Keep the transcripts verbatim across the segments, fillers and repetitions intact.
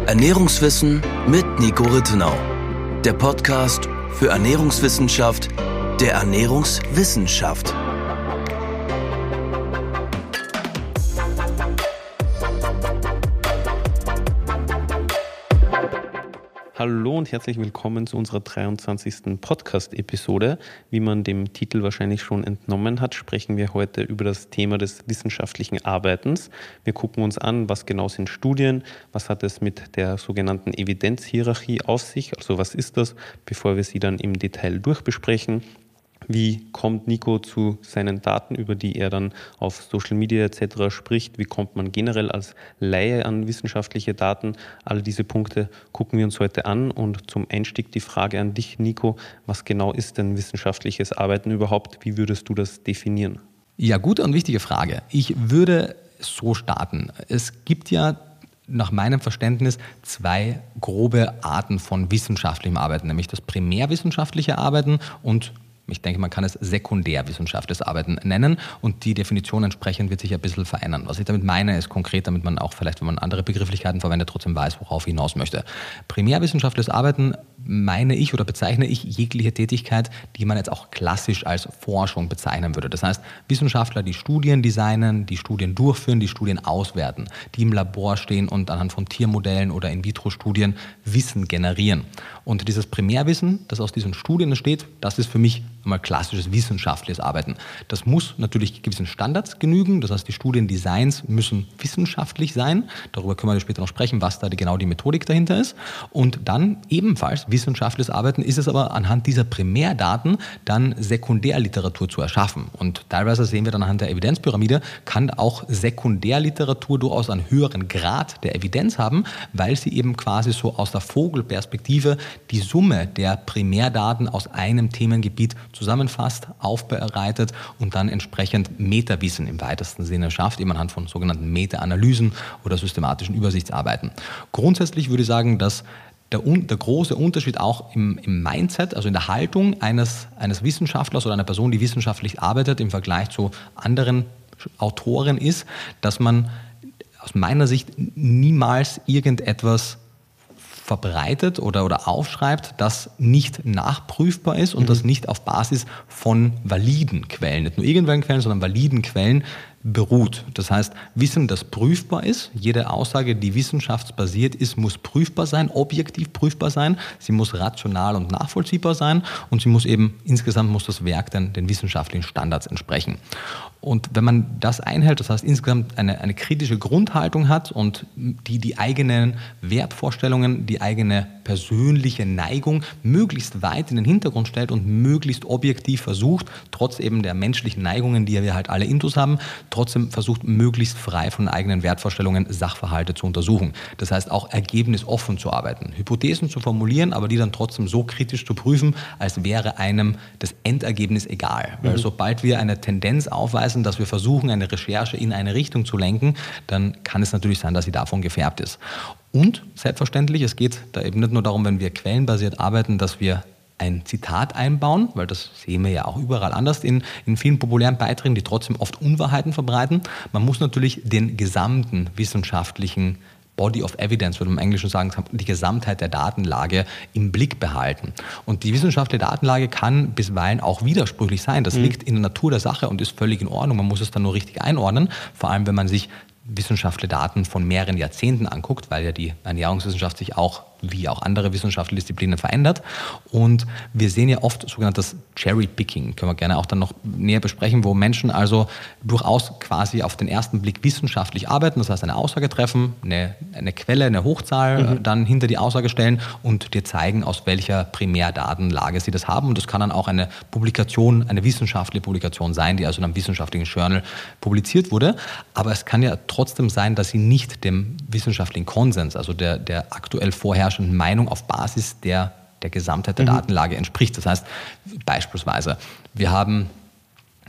Ernährungswissen mit Nico Rittenau. Der Podcast für Ernährungswissenschaft der Ernährungswissenschaft. Hallo und herzlich willkommen zu unserer dreiundzwanzigsten Podcast-Episode. Wie man dem Titel wahrscheinlich schon entnommen hat, sprechen wir heute über das Thema des wissenschaftlichen Arbeitens. Wir gucken uns an, was genau sind Studien, was hat es mit der sogenannten Evidenzhierarchie auf sich, also was ist das, bevor wir sie dann im Detail durchbesprechen. Wie kommt Nico zu seinen Daten, über die er dann auf Social Media et cetera spricht? Wie kommt man generell als Laie an wissenschaftliche Daten? All diese Punkte gucken wir uns heute an. Und zum Einstieg die Frage an dich, Nico. Was genau ist denn wissenschaftliches Arbeiten überhaupt? Wie würdest du das definieren? Ja, gute und wichtige Frage. Ich würde so starten. Es gibt ja nach meinem Verständnis zwei grobe Arten von wissenschaftlichem Arbeiten, nämlich das primärwissenschaftliche Arbeiten und ich denke, man kann es sekundärwissenschaftliches Arbeiten nennen und die Definition entsprechend wird sich ein bisschen verändern. Was ich damit meine, ist konkret, damit man auch vielleicht, wenn man andere Begrifflichkeiten verwendet, trotzdem weiß, worauf ich hinaus möchte. Primärwissenschaftliches Arbeiten meine ich oder bezeichne ich jegliche Tätigkeit, die man jetzt auch klassisch als Forschung bezeichnen würde. Das heißt, Wissenschaftler, die Studien designen, die Studien durchführen, die Studien auswerten, die im Labor stehen und anhand von Tiermodellen oder In-vitro-Studien Wissen generieren. Und dieses Primärwissen, das aus diesen Studien entsteht, das ist für mich einmal klassisches wissenschaftliches Arbeiten. Das muss natürlich gewissen Standards genügen, das heißt, die Studiendesigns müssen wissenschaftlich sein. Darüber können wir später noch sprechen, was da die, genau die Methodik dahinter ist. Und dann ebenfalls wissenschaftliches Arbeiten ist es aber anhand dieser Primärdaten dann Sekundärliteratur zu erschaffen. Und teilweise sehen wir dann anhand der Evidenzpyramide, kann auch Sekundärliteratur durchaus einen höheren Grad der Evidenz haben, weil sie eben quasi so aus der Vogelperspektive die Summe der Primärdaten aus einem Themengebiet zusammenfasst, aufbereitet und dann entsprechend Metawissen im weitesten Sinne schafft, eben anhand von sogenannten Meta-Analysen oder systematischen Übersichtsarbeiten. Grundsätzlich würde ich sagen, dass der, der große Unterschied auch im, im Mindset, also in der Haltung eines, eines Wissenschaftlers oder einer Person, die wissenschaftlich arbeitet, im Vergleich zu anderen Autoren ist, dass man aus meiner Sicht niemals irgendetwas verbreitet oder, oder aufschreibt, das nicht nachprüfbar ist und mhm. das nicht auf Basis von validen Quellen, nicht nur irgendwelchen Quellen, sondern validen Quellen beruht. Das heißt, Wissen, das prüfbar ist, jede Aussage, die wissenschaftsbasiert ist, muss prüfbar sein, objektiv prüfbar sein, sie muss rational und nachvollziehbar sein und sie muss eben, insgesamt muss das Werk dann den wissenschaftlichen Standards entsprechen. Und wenn man das einhält, das heißt insgesamt eine, eine kritische Grundhaltung hat und die die eigenen Wertvorstellungen, die eigene persönliche Neigung möglichst weit in den Hintergrund stellt und möglichst objektiv versucht, trotz eben der menschlichen Neigungen, die wir halt alle intus haben, trotzdem versucht, möglichst frei von eigenen Wertvorstellungen Sachverhalte zu untersuchen. Das heißt, auch ergebnisoffen zu arbeiten, Hypothesen zu formulieren, aber die dann trotzdem so kritisch zu prüfen, als wäre einem das Endergebnis egal. Mhm. Weil sobald wir eine Tendenz aufweisen, dass wir versuchen, eine Recherche in eine Richtung zu lenken, dann kann es natürlich sein, dass sie davon gefärbt ist. Und selbstverständlich, es geht da eben nicht nur darum, wenn wir quellenbasiert arbeiten, dass wir ein Zitat einbauen, weil das sehen wir ja auch überall anders in, in vielen populären Beiträgen, die trotzdem oft Unwahrheiten verbreiten. Man muss natürlich den gesamten wissenschaftlichen Body of Evidence, würde man im Englischen sagen, die Gesamtheit der Datenlage im Blick behalten. Und die wissenschaftliche Datenlage kann bisweilen auch widersprüchlich sein. Das mhm. liegt in der Natur der Sache und ist völlig in Ordnung. Man muss es dann nur richtig einordnen, vor allem wenn man sich wissenschaftliche Daten von mehreren Jahrzehnten anguckt, weil ja die Ernährungswissenschaft sich auch wie auch andere wissenschaftliche Disziplinen verändert. Und wir sehen ja oft sogenanntes Cherry-Picking, können wir gerne auch dann noch näher besprechen, wo Menschen also durchaus quasi auf den ersten Blick wissenschaftlich arbeiten, das heißt eine Aussage treffen, eine, eine Quelle, eine Hochzahl mhm. dann hinter die Aussage stellen und dir zeigen, aus welcher Primärdatenlage sie das haben. Und das kann dann auch eine Publikation, eine wissenschaftliche Publikation sein, die also in einem wissenschaftlichen Journal publiziert wurde. Aber es kann ja trotzdem sein, dass sie nicht dem wissenschaftlichen Konsens, also der, der aktuell vorherrschenden Meinung auf Basis der, der Gesamtheit der mhm. Datenlage entspricht. Das heißt, beispielsweise, wir haben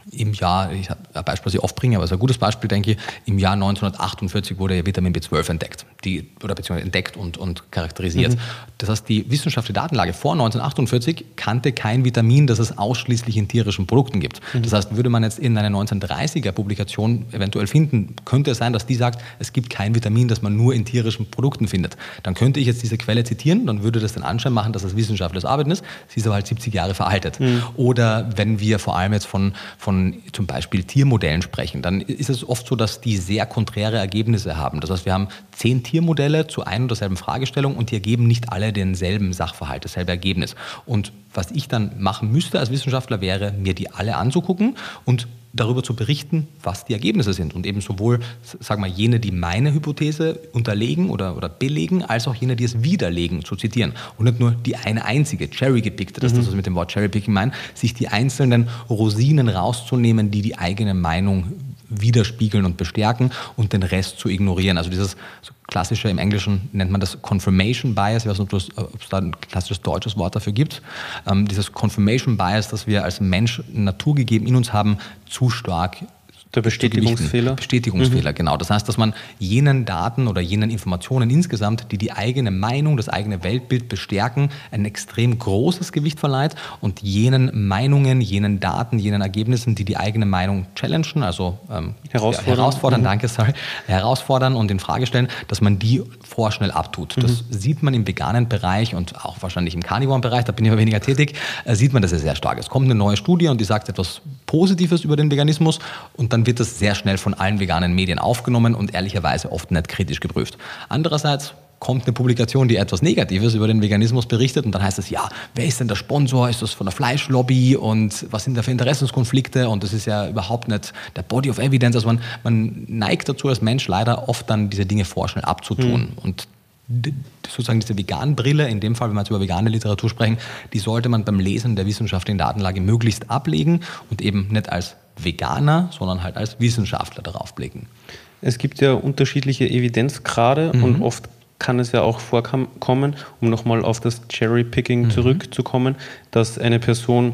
im Jahr, ich habe ein Beispiel, was ich oft bringe, aber es ist ein gutes Beispiel, denke ich, im Jahr neunzehnhundertachtundvierzig wurde ja Vitamin B zwölf entdeckt, die, oder beziehungsweise entdeckt und, und charakterisiert. Mhm. Das heißt, die wissenschaftliche Datenlage vor neunzehnhundertachtundvierzig kannte kein Vitamin, das es ausschließlich in tierischen Produkten gibt. Mhm. Das heißt, würde man jetzt in einer neunzehnhundertdreißiger Publikation eventuell finden, könnte es sein, dass die sagt, es gibt kein Vitamin, das man nur in tierischen Produkten findet. Dann könnte ich jetzt diese Quelle zitieren, dann würde das den Anschein machen, dass es wissenschaftliches Arbeiten ist. Sie ist aber halt siebzig Jahre veraltet. Mhm. Oder wenn wir vor allem jetzt von, von zum Beispiel Tiermodellen sprechen, dann ist es oft so, dass die sehr konträre Ergebnisse haben. Das heißt, wir haben zehn Tiermodelle zu ein und derselben Fragestellung und die ergeben nicht alle denselben Sachverhalt, dasselbe Ergebnis. Und was ich dann machen müsste als Wissenschaftler wäre, mir die alle anzugucken und darüber zu berichten, was die Ergebnisse sind. Und eben sowohl, sagen wir, jene, die meine Hypothese unterlegen oder, oder belegen, als auch jene, die es widerlegen, zu zitieren. Und nicht nur die eine einzige, cherry-gepickte, das ist das, was ich mit dem Wort cherry-picking meine, sich die einzelnen Rosinen rauszunehmen, die die eigene Meinung widerspiegeln und bestärken und den Rest zu ignorieren. Also dieses so klassische, im Englischen nennt man das Confirmation Bias, ich weiß nicht, ob es da ein klassisches deutsches Wort dafür gibt. Ähm, dieses Confirmation Bias, das wir als Mensch naturgegeben in uns haben, zu stark Der Bestätigungsfehler? Bestätigungsfehler, mhm. genau. Das heißt, dass man jenen Daten oder jenen Informationen insgesamt, die die eigene Meinung, das eigene Weltbild bestärken, ein extrem großes Gewicht verleiht und jenen Meinungen, jenen Daten, jenen Ergebnissen, die die eigene Meinung challengen, also ähm, herausfordern, herausfordern mhm. danke, sorry, herausfordern und in Frage stellen, dass man die vorschnell abtut. Mhm. Das sieht man im veganen Bereich und auch wahrscheinlich im karnivoren Bereich, da bin ich aber weniger tätig, äh, sieht man das ja sehr stark. Es kommt eine neue Studie und die sagt etwas Positives über den Veganismus und dann wird das sehr schnell von allen veganen Medien aufgenommen und ehrlicherweise oft nicht kritisch geprüft. Andererseits kommt eine Publikation, die etwas Negatives über den Veganismus berichtet und dann heißt es, ja, wer ist denn der Sponsor? Ist das von der Fleischlobby und was sind da für Interessenskonflikte? Und das ist ja überhaupt nicht der Body of Evidence. Also man, man neigt dazu als Mensch leider oft dann diese Dinge vorschnell abzutun. Mhm. Und sozusagen diese Vegan-Brille, in dem Fall, wenn wir jetzt über vegane Literatur sprechen, die sollte man beim Lesen der wissenschaftlichen Datenlage möglichst ablegen und eben nicht als Veganer, sondern halt als Wissenschaftler darauf blicken. Es gibt ja unterschiedliche Evidenzgrade mhm. und oft kann es ja auch vorkommen, um nochmal auf das Cherry-Picking mhm. zurückzukommen, dass eine Person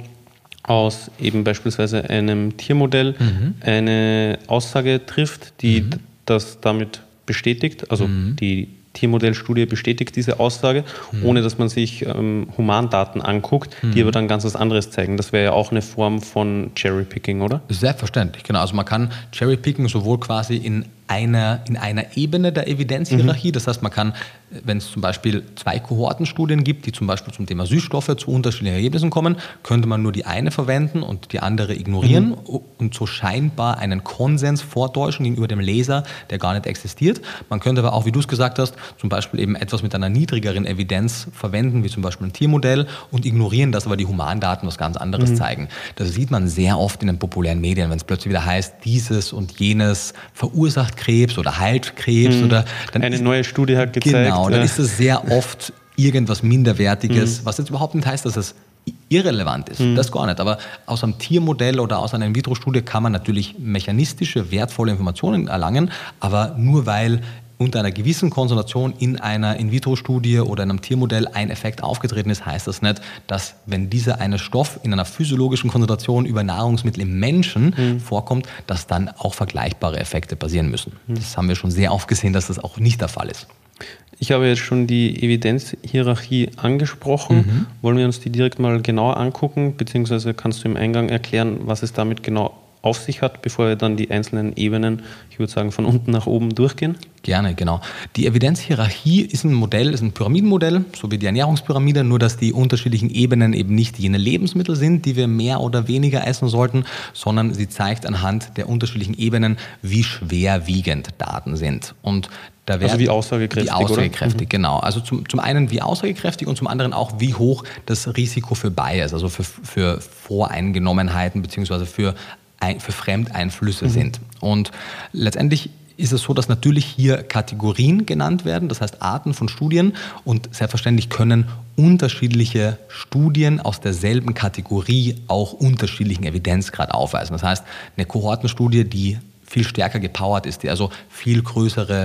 aus eben beispielsweise einem Tiermodell mhm. eine Aussage trifft, die mhm. das damit bestätigt, also mhm. die Tiermodellstudie bestätigt diese Aussage, mhm. ohne dass man sich ähm, Humandaten anguckt, mhm. die aber dann ganz was anderes zeigen. Das wäre ja auch eine Form von Cherry-Picking, oder? Selbstverständlich, genau. Also man kann Cherry-Picking sowohl quasi in einer, in einer Ebene der Evidenzhierarchie, mhm. das heißt, man kann, wenn es zum Beispiel zwei Kohortenstudien gibt, die zum Beispiel zum Thema Süßstoffe zu unterschiedlichen Ergebnissen kommen, könnte man nur die eine verwenden und die andere ignorieren mhm. und so scheinbar einen Konsens vortäuschen gegenüber dem Leser, der gar nicht existiert. Man könnte aber auch, wie du es gesagt hast, zum Beispiel eben etwas mit einer niedrigeren Evidenz verwenden, wie zum Beispiel ein Tiermodell und ignorieren, dass aber die Humandaten was ganz anderes mhm. zeigen. Das sieht man sehr oft in den populären Medien, wenn es plötzlich wieder heißt, dieses und jenes verursacht Krebs oder heilt Krebs. Mhm. Oder dann eine ist, neue Studie hat gezeigt. Genau, dann ja. ist das sehr oft irgendwas Minderwertiges, mhm. was jetzt überhaupt nicht heißt, dass es irrelevant ist. Mhm. Das gar nicht. Aber aus einem Tiermodell oder aus einer In-vitro-Studie kann man natürlich mechanistische, wertvolle Informationen erlangen, aber nur weil unter einer gewissen Konzentration in einer In-vitro-Studie oder in einem Tiermodell ein Effekt aufgetreten ist, heißt das nicht, dass wenn dieser eine Stoff in einer physiologischen Konzentration über Nahrungsmittel im Menschen mhm. vorkommt, dass dann auch vergleichbare Effekte passieren müssen. Mhm. Das haben wir schon sehr oft gesehen, dass das auch nicht der Fall ist. Ich habe jetzt schon die Evidenzhierarchie angesprochen. Mhm. Wollen wir uns die direkt mal genauer angucken, beziehungsweise kannst du im Eingang erklären, was es damit genau auf sich hat, bevor wir dann die einzelnen Ebenen, ich würde sagen, von unten nach oben durchgehen? Gerne, genau. Die Evidenzhierarchie ist ein Modell, ist ein Pyramidenmodell, so wie die Ernährungspyramide, nur dass die unterschiedlichen Ebenen eben nicht jene Lebensmittel sind, die wir mehr oder weniger essen sollten, sondern sie zeigt anhand der unterschiedlichen Ebenen, wie schwerwiegend Daten sind. Und da also wie aussagekräftig, wie aussagekräftig, oder? Genau. Also zum, zum einen wie aussagekräftig und zum anderen auch wie hoch das Risiko für Bias, also für, für Voreingenommenheiten beziehungsweise für, für Fremdeinflüsse mhm. sind. Und letztendlich ist es so, dass natürlich hier Kategorien genannt werden, das heißt Arten von Studien und selbstverständlich können unterschiedliche Studien aus derselben Kategorie auch unterschiedlichen Evidenzgrad aufweisen. Das heißt, eine Kohortenstudie, die viel stärker gepowert ist, die also viel größere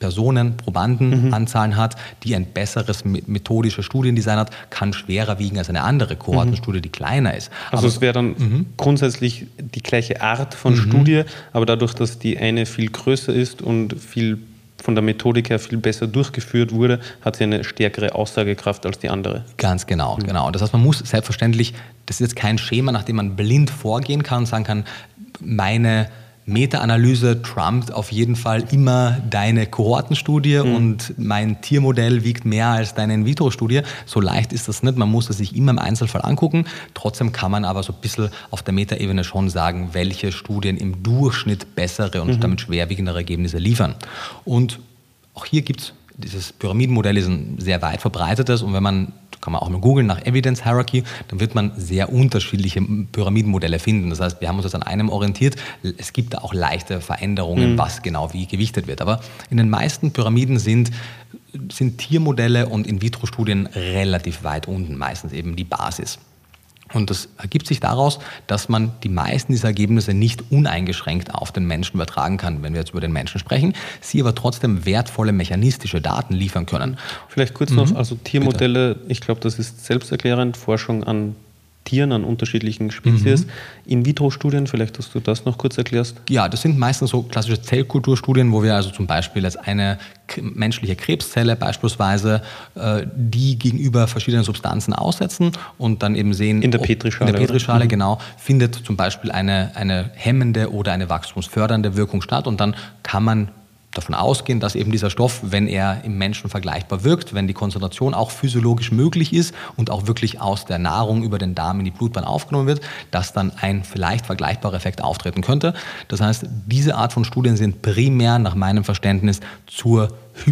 Personen, Probandenanzahlen mhm. hat, die ein besseres methodisches Studiendesign hat, kann schwerer wiegen als eine andere Kohortenstudie, die kleiner ist. Also aber es wäre dann mhm. grundsätzlich die gleiche Art von mhm. Studie, aber dadurch, dass die eine viel größer ist und viel von der Methodik her viel besser durchgeführt wurde, hat sie eine stärkere Aussagekraft als die andere. Ganz genau, mhm. genau. Das heißt, man muss selbstverständlich, das ist jetzt kein Schema, nach dem man blind vorgehen kann und sagen kann, meine Meta-Analyse trumpt auf jeden Fall immer deine Kohortenstudie mhm. und mein Tiermodell wiegt mehr als deine In-vitro-Studie. So leicht ist das nicht, man muss es sich immer im Einzelfall angucken. Trotzdem kann man aber so ein bisschen auf der Meta-Ebene schon sagen, welche Studien im Durchschnitt bessere und mhm. damit schwerwiegendere Ergebnisse liefern. Und auch hier gibt es, dieses Pyramidenmodell ist ein sehr weit verbreitetes und wenn man kann man auch mal googeln nach Evidence Hierarchy, dann wird man sehr unterschiedliche Pyramidenmodelle finden. Das heißt, wir haben uns jetzt an einem orientiert. Es gibt da auch leichte Veränderungen, mhm. was genau wie gewichtet wird. Aber in den meisten Pyramiden sind, sind Tiermodelle und In-vitro-Studien relativ weit unten, meistens eben die Basis. Und das ergibt sich daraus, dass man die meisten dieser Ergebnisse nicht uneingeschränkt auf den Menschen übertragen kann, wenn wir jetzt über den Menschen sprechen, sie aber trotzdem wertvolle mechanistische Daten liefern können. Vielleicht kurz mhm. noch, also Tiermodelle, Bitte. Ich glaube, das ist selbsterklärend, Forschung an Tieren, an unterschiedlichen Spezies. Mhm. In-vitro-Studien, vielleicht, dass du das noch kurz erklärst. Ja, das sind meistens so klassische Zellkulturstudien, wo wir also zum Beispiel jetzt eine menschliche Krebszelle beispielsweise, äh, die gegenüber verschiedenen Substanzen aussetzen und dann eben sehen, in der Petrischale, in der Petrischale genau, findet zum Beispiel eine, eine hemmende oder eine wachstumsfördernde Wirkung statt und dann kann man davon ausgehen, dass eben dieser Stoff, wenn er im Menschen vergleichbar wirkt, wenn die Konzentration auch physiologisch möglich ist und auch wirklich aus der Nahrung über den Darm in die Blutbahn aufgenommen wird, dass dann ein vielleicht vergleichbarer Effekt auftreten könnte. Das heißt, diese Art von Studien sind primär nach meinem Verständnis zur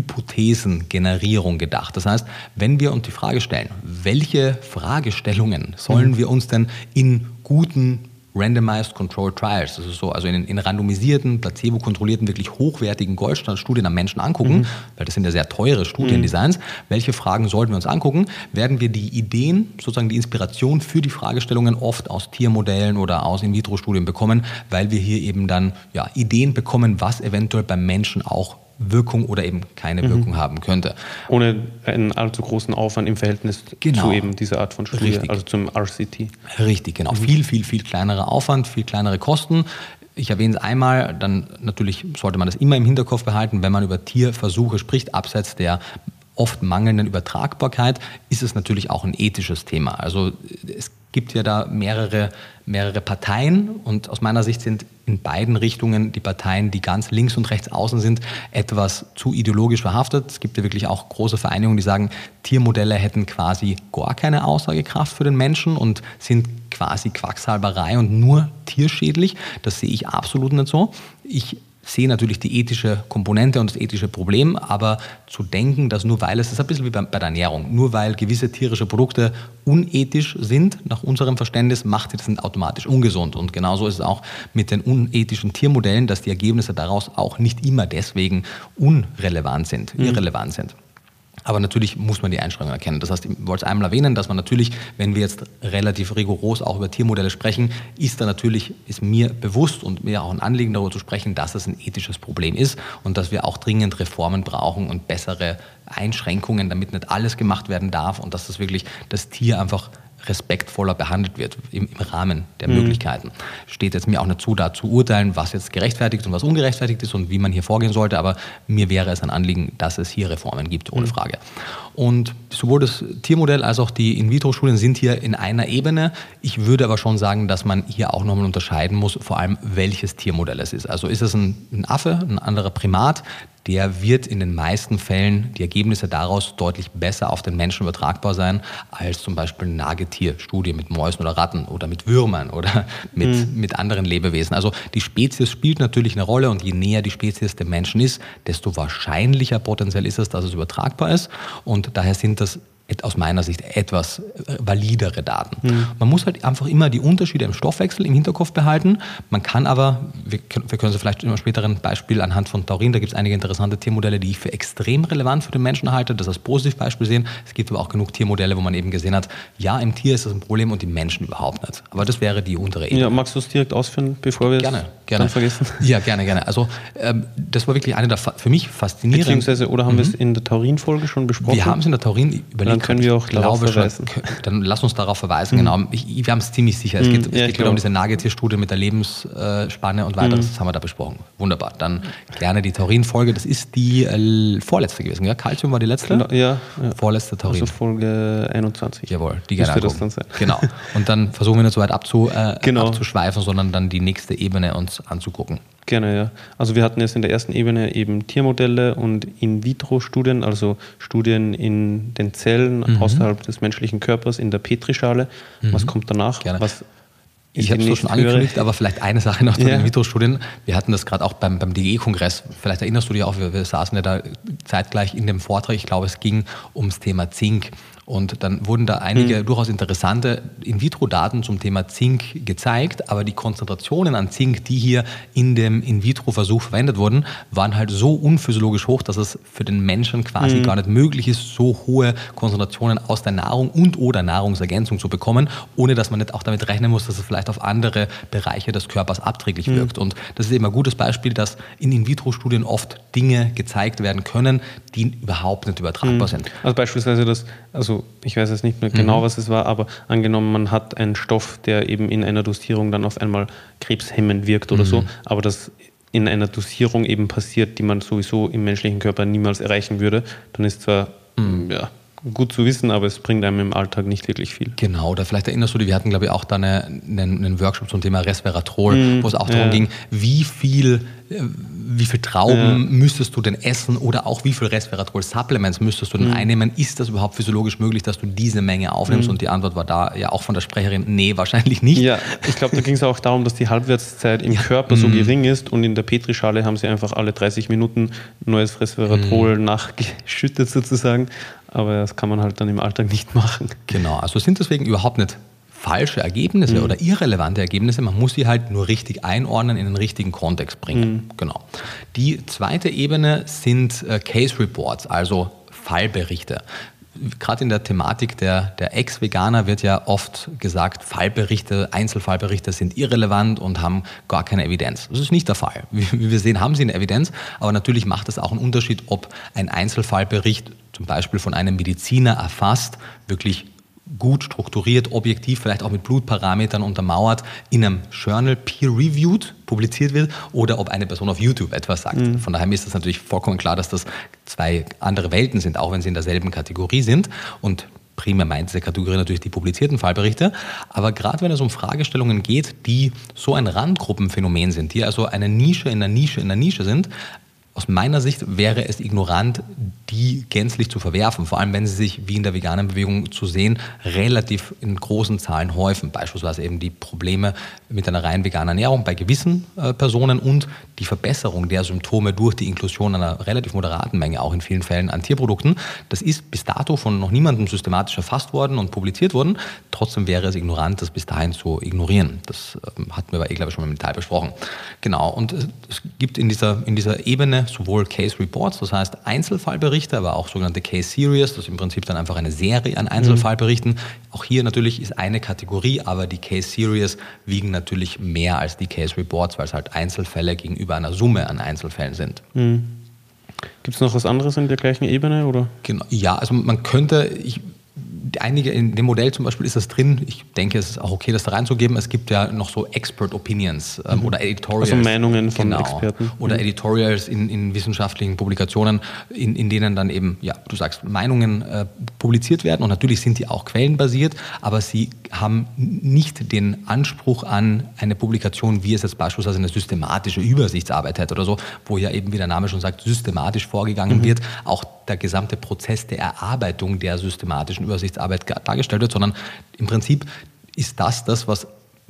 Hypothesengenerierung gedacht. Das heißt, wenn wir uns die Frage stellen, welche Fragestellungen sollen wir uns denn in guten Randomized Controlled Trials, das ist so, also in, in randomisierten, placebo-kontrollierten, wirklich hochwertigen Goldstandstudien am Menschen angucken, mhm. weil das sind ja sehr teure Studiendesigns. Mhm. Welche Fragen sollten wir uns angucken? Werden wir die Ideen, sozusagen die Inspiration für die Fragestellungen oft aus Tiermodellen oder aus In-vitro-Studien bekommen, weil wir hier eben dann ja, Ideen bekommen, was eventuell beim Menschen auch Wirkung oder eben keine mhm. Wirkung haben könnte. Ohne einen allzu großen Aufwand im Verhältnis genau. zu eben dieser Art von Studie, Richtig. also zum R C T. Richtig, genau. Mhm. Viel, viel, viel kleinerer Aufwand, viel kleinere Kosten. Ich erwähne es einmal, dann natürlich sollte man das immer im Hinterkopf behalten, wenn man über Tierversuche spricht, abseits der oft mangelnden Übertragbarkeit, ist es natürlich auch ein ethisches Thema. Also es gibt ja da mehrere, mehrere Parteien und aus meiner Sicht sind in beiden Richtungen die Parteien, die ganz links und rechts außen sind, etwas zu ideologisch verhaftet. Es gibt ja wirklich auch große Vereinigungen, die sagen, Tiermodelle hätten quasi gar keine Aussagekraft für den Menschen und sind quasi Quacksalberei und nur tierschädlich. Das sehe ich absolut nicht so. Ich sehe natürlich die ethische Komponente und das ethische Problem, aber zu denken, dass nur weil es, das ist ein bisschen wie bei, bei der Ernährung, nur weil gewisse tierische Produkte unethisch sind, nach unserem Verständnis, macht sie das nicht automatisch ungesund. Und genauso ist es auch mit den unethischen Tiermodellen, dass die Ergebnisse daraus auch nicht immer deswegen unrelevant sind, mhm. irrelevant sind. Aber natürlich muss man die Einschränkungen erkennen. Das heißt, ich wollte es einmal erwähnen, dass man natürlich, wenn wir jetzt relativ rigoros auch über Tiermodelle sprechen, ist da natürlich, ist mir bewusst und mir auch ein Anliegen darüber zu sprechen, dass es ein ethisches Problem ist und dass wir auch dringend Reformen brauchen und bessere Einschränkungen, damit nicht alles gemacht werden darf und dass das wirklich das Tier einfach respektvoller behandelt wird im, im Rahmen der mhm. Möglichkeiten. Steht jetzt mir auch nicht zu, da zu urteilen, was jetzt gerechtfertigt und was ungerechtfertigt ist und wie man hier vorgehen sollte, aber mir wäre es ein Anliegen, dass es hier Reformen gibt, ohne mhm. Frage. Und sowohl das Tiermodell als auch die In-vitro-Studien sind hier in einer Ebene. Ich würde aber schon sagen, dass man hier auch nochmal unterscheiden muss, vor allem welches Tiermodell es ist. Also ist es ein, ein Affe, ein anderer Primat, der wird in den meisten Fällen die Ergebnisse daraus deutlich besser auf den Menschen übertragbar sein, als zum Beispiel eine Nagetierstudie mit Mäusen oder Ratten oder mit Würmern oder mit, mhm. mit anderen Lebewesen. Also die Spezies spielt natürlich eine Rolle und je näher die Spezies dem Menschen ist, desto wahrscheinlicher potenziell ist es, dass es übertragbar ist. Und daher sind das aus meiner Sicht etwas validere Daten. Mhm. Man muss halt einfach immer die Unterschiede im Stoffwechsel im Hinterkopf behalten. Man kann aber, wir können, wir können es vielleicht in einem späteren Beispiel anhand von Taurin, da gibt es einige interessante Tiermodelle, die ich für extrem relevant für den Menschen halte, das als Positivbeispiel sehen. Es gibt aber auch genug Tiermodelle, wo man eben gesehen hat, ja, im Tier ist das ein Problem und im Menschen überhaupt nicht. Aber das wäre die untere Ebene. Ja, magst du es direkt ausführen, bevor wir es gerne, gerne. dann vergessen? Ja, gerne, gerne. Also ähm, das war wirklich eine der für mich faszinierenden... Beziehungsweise, oder haben mhm. wir es in der Taurin-Folge schon besprochen? Wir haben es in der Taurin überlegt. Dann können wir auch darauf verweisen. Schon, dann lass uns darauf verweisen, mhm. genau. Ich, wir haben es ziemlich sicher. Es geht, mhm. ja, es geht wieder um diese Nagetierstudie mit der Lebensspanne und weiteres. Mhm. Das haben wir da besprochen. Wunderbar. Dann gerne die Taurin-Folge. Das ist die äh, vorletzte gewesen. Ja? Calcium war die letzte? Ja. ja. Vorletzte Taurin. Also Folge einundzwanzig. Jawohl, die gerne das dann sein. Genau. Und dann versuchen wir nicht so weit abzu, äh, genau. abzuschweifen, sondern dann die nächste Ebene uns anzugucken. Gerne, ja. Also wir hatten jetzt in der ersten Ebene eben Tiermodelle und In-vitro-Studien, also Studien in den Zellen mhm. außerhalb des menschlichen Körpers in der Petrischale. Mhm. Was kommt danach? Gerne. Was ich habe es so schon angekündigt, aber vielleicht eine Sache noch zu ja. den In-vitro-Studien. Wir hatten das gerade auch beim, beim D G E-Kongress. Vielleicht erinnerst du dich auch, wir, wir saßen ja da zeitgleich in dem Vortrag. Ich glaube, es ging ums Thema Zink. Und dann wurden da einige mhm. durchaus interessante In-vitro-Daten zum Thema Zink gezeigt, aber die Konzentrationen an Zink, die hier in dem In-vitro-Versuch verwendet wurden, waren halt so unphysiologisch hoch, dass es für den Menschen quasi mhm. gar nicht möglich ist, so hohe Konzentrationen aus der Nahrung und oder Nahrungsergänzung zu bekommen, ohne dass man nicht auch damit rechnen muss, dass es vielleicht auf andere Bereiche des Körpers abträglich mhm. wirkt. Und das ist eben ein gutes Beispiel, dass in In-vitro-Studien oft Dinge gezeigt werden können, die überhaupt nicht übertragbar mhm. sind. Also beispielsweise das, also ich weiß jetzt nicht mehr genau, mhm. was es war, aber angenommen, man hat einen Stoff, der eben in einer Dosierung dann auf einmal krebshemmend wirkt oder mhm. so, aber das in einer Dosierung eben passiert, die man sowieso im menschlichen Körper niemals erreichen würde, dann ist zwar, mhm. ja, gut zu wissen, aber es bringt einem im Alltag nicht wirklich viel. Genau, da vielleicht erinnerst du dich, wir hatten glaube ich auch da eine, einen, einen Workshop zum Thema Resveratrol, mm, wo es auch darum ja. ging, wie viel, wie viel Trauben ja. müsstest du denn essen oder auch wie viel Resveratrol-Supplements müsstest du denn mm. einnehmen? Ist das überhaupt physiologisch möglich, dass du diese Menge aufnimmst? Mm. Und die Antwort war da ja auch von der Sprecherin, nee, wahrscheinlich nicht. Ja, ich glaube, da ging es auch darum, dass die Halbwertszeit im ja. Körper so mm. gering ist und in der Petrischale haben sie einfach alle dreißig Minuten neues Resveratrol mm. nachgeschüttet sozusagen. Aber das kann man halt dann im Alltag nicht machen. Genau, also sind deswegen überhaupt nicht falsche Ergebnisse mhm. oder irrelevante Ergebnisse. Man muss sie halt nur richtig einordnen, in den richtigen Kontext bringen. Mhm. Genau. Die zweite Ebene sind äh, Case Reports, also Fallberichte. Gerade in der Thematik der, der Ex-Veganer wird ja oft gesagt, Fallberichte, Einzelfallberichte sind irrelevant und haben gar keine Evidenz. Das ist nicht der Fall. Wie, wie wir sehen, haben sie eine Evidenz, aber natürlich macht es auch einen Unterschied, ob ein Einzelfallbericht zum Beispiel von einem Mediziner erfasst, wirklich gut strukturiert, objektiv, vielleicht auch mit Blutparametern untermauert, in einem Journal peer-reviewed publiziert wird oder ob eine Person auf YouTube etwas sagt. Mhm. Von daher ist es natürlich vollkommen klar, dass das zwei andere Welten sind, auch wenn sie in derselben Kategorie sind. Und primär meint diese Kategorie natürlich die publizierten Fallberichte. Aber gerade wenn es um Fragestellungen geht, die so ein Randgruppenphänomen sind, die also eine Nische in der Nische in der Nische sind, aus meiner Sicht wäre es ignorant, die gänzlich zu verwerfen, vor allem wenn sie sich, wie in der veganen Bewegung zu sehen, relativ in großen Zahlen häufen. Beispielsweise eben die Probleme mit einer rein veganen Ernährung bei gewissen äh, Personen und die Verbesserung der Symptome durch die Inklusion einer relativ moderaten Menge, auch in vielen Fällen, an Tierprodukten. Das ist bis dato von noch niemandem systematisch erfasst worden und publiziert worden. Trotzdem wäre es ignorant, das bis dahin zu ignorieren. Das äh, hatten wir aber eh, glaube ich, schon mal im Detail besprochen. Genau, und es gibt in dieser, in dieser Ebene sowohl Case Reports, das heißt Einzelfallberichte, aber auch sogenannte Case Series, das ist im Prinzip dann einfach eine Serie an Einzelfallberichten. Mhm. Auch hier natürlich ist eine Kategorie, aber die Case Series wiegen natürlich mehr als die Case Reports, weil es halt Einzelfälle gegenüber einer Summe an Einzelfällen sind. Mhm. Gibt es noch was anderes in der gleichen Ebene? Oder? Genau, ja, also man könnte... Ich, Einige in dem Modell zum Beispiel ist das drin. Ich denke, es ist auch okay, das da reinzugeben. Es gibt ja noch so Expert Opinions ähm, mhm. oder Editorials. Also Meinungen von genau. Experten. Oder mhm. Editorials in, in wissenschaftlichen Publikationen, in, in denen dann eben, ja, du sagst, Meinungen äh, publiziert werden. Und natürlich sind die auch quellenbasiert, aber sie haben nicht den Anspruch an eine Publikation, wie es jetzt beispielsweise eine systematische Übersichtsarbeit hätte oder so, wo ja eben, wie der Name schon sagt, systematisch vorgegangen mhm. wird. Auch der gesamte Prozess der Erarbeitung der systematischen Übersichtsarbeit dargestellt wird, sondern im Prinzip ist das das, was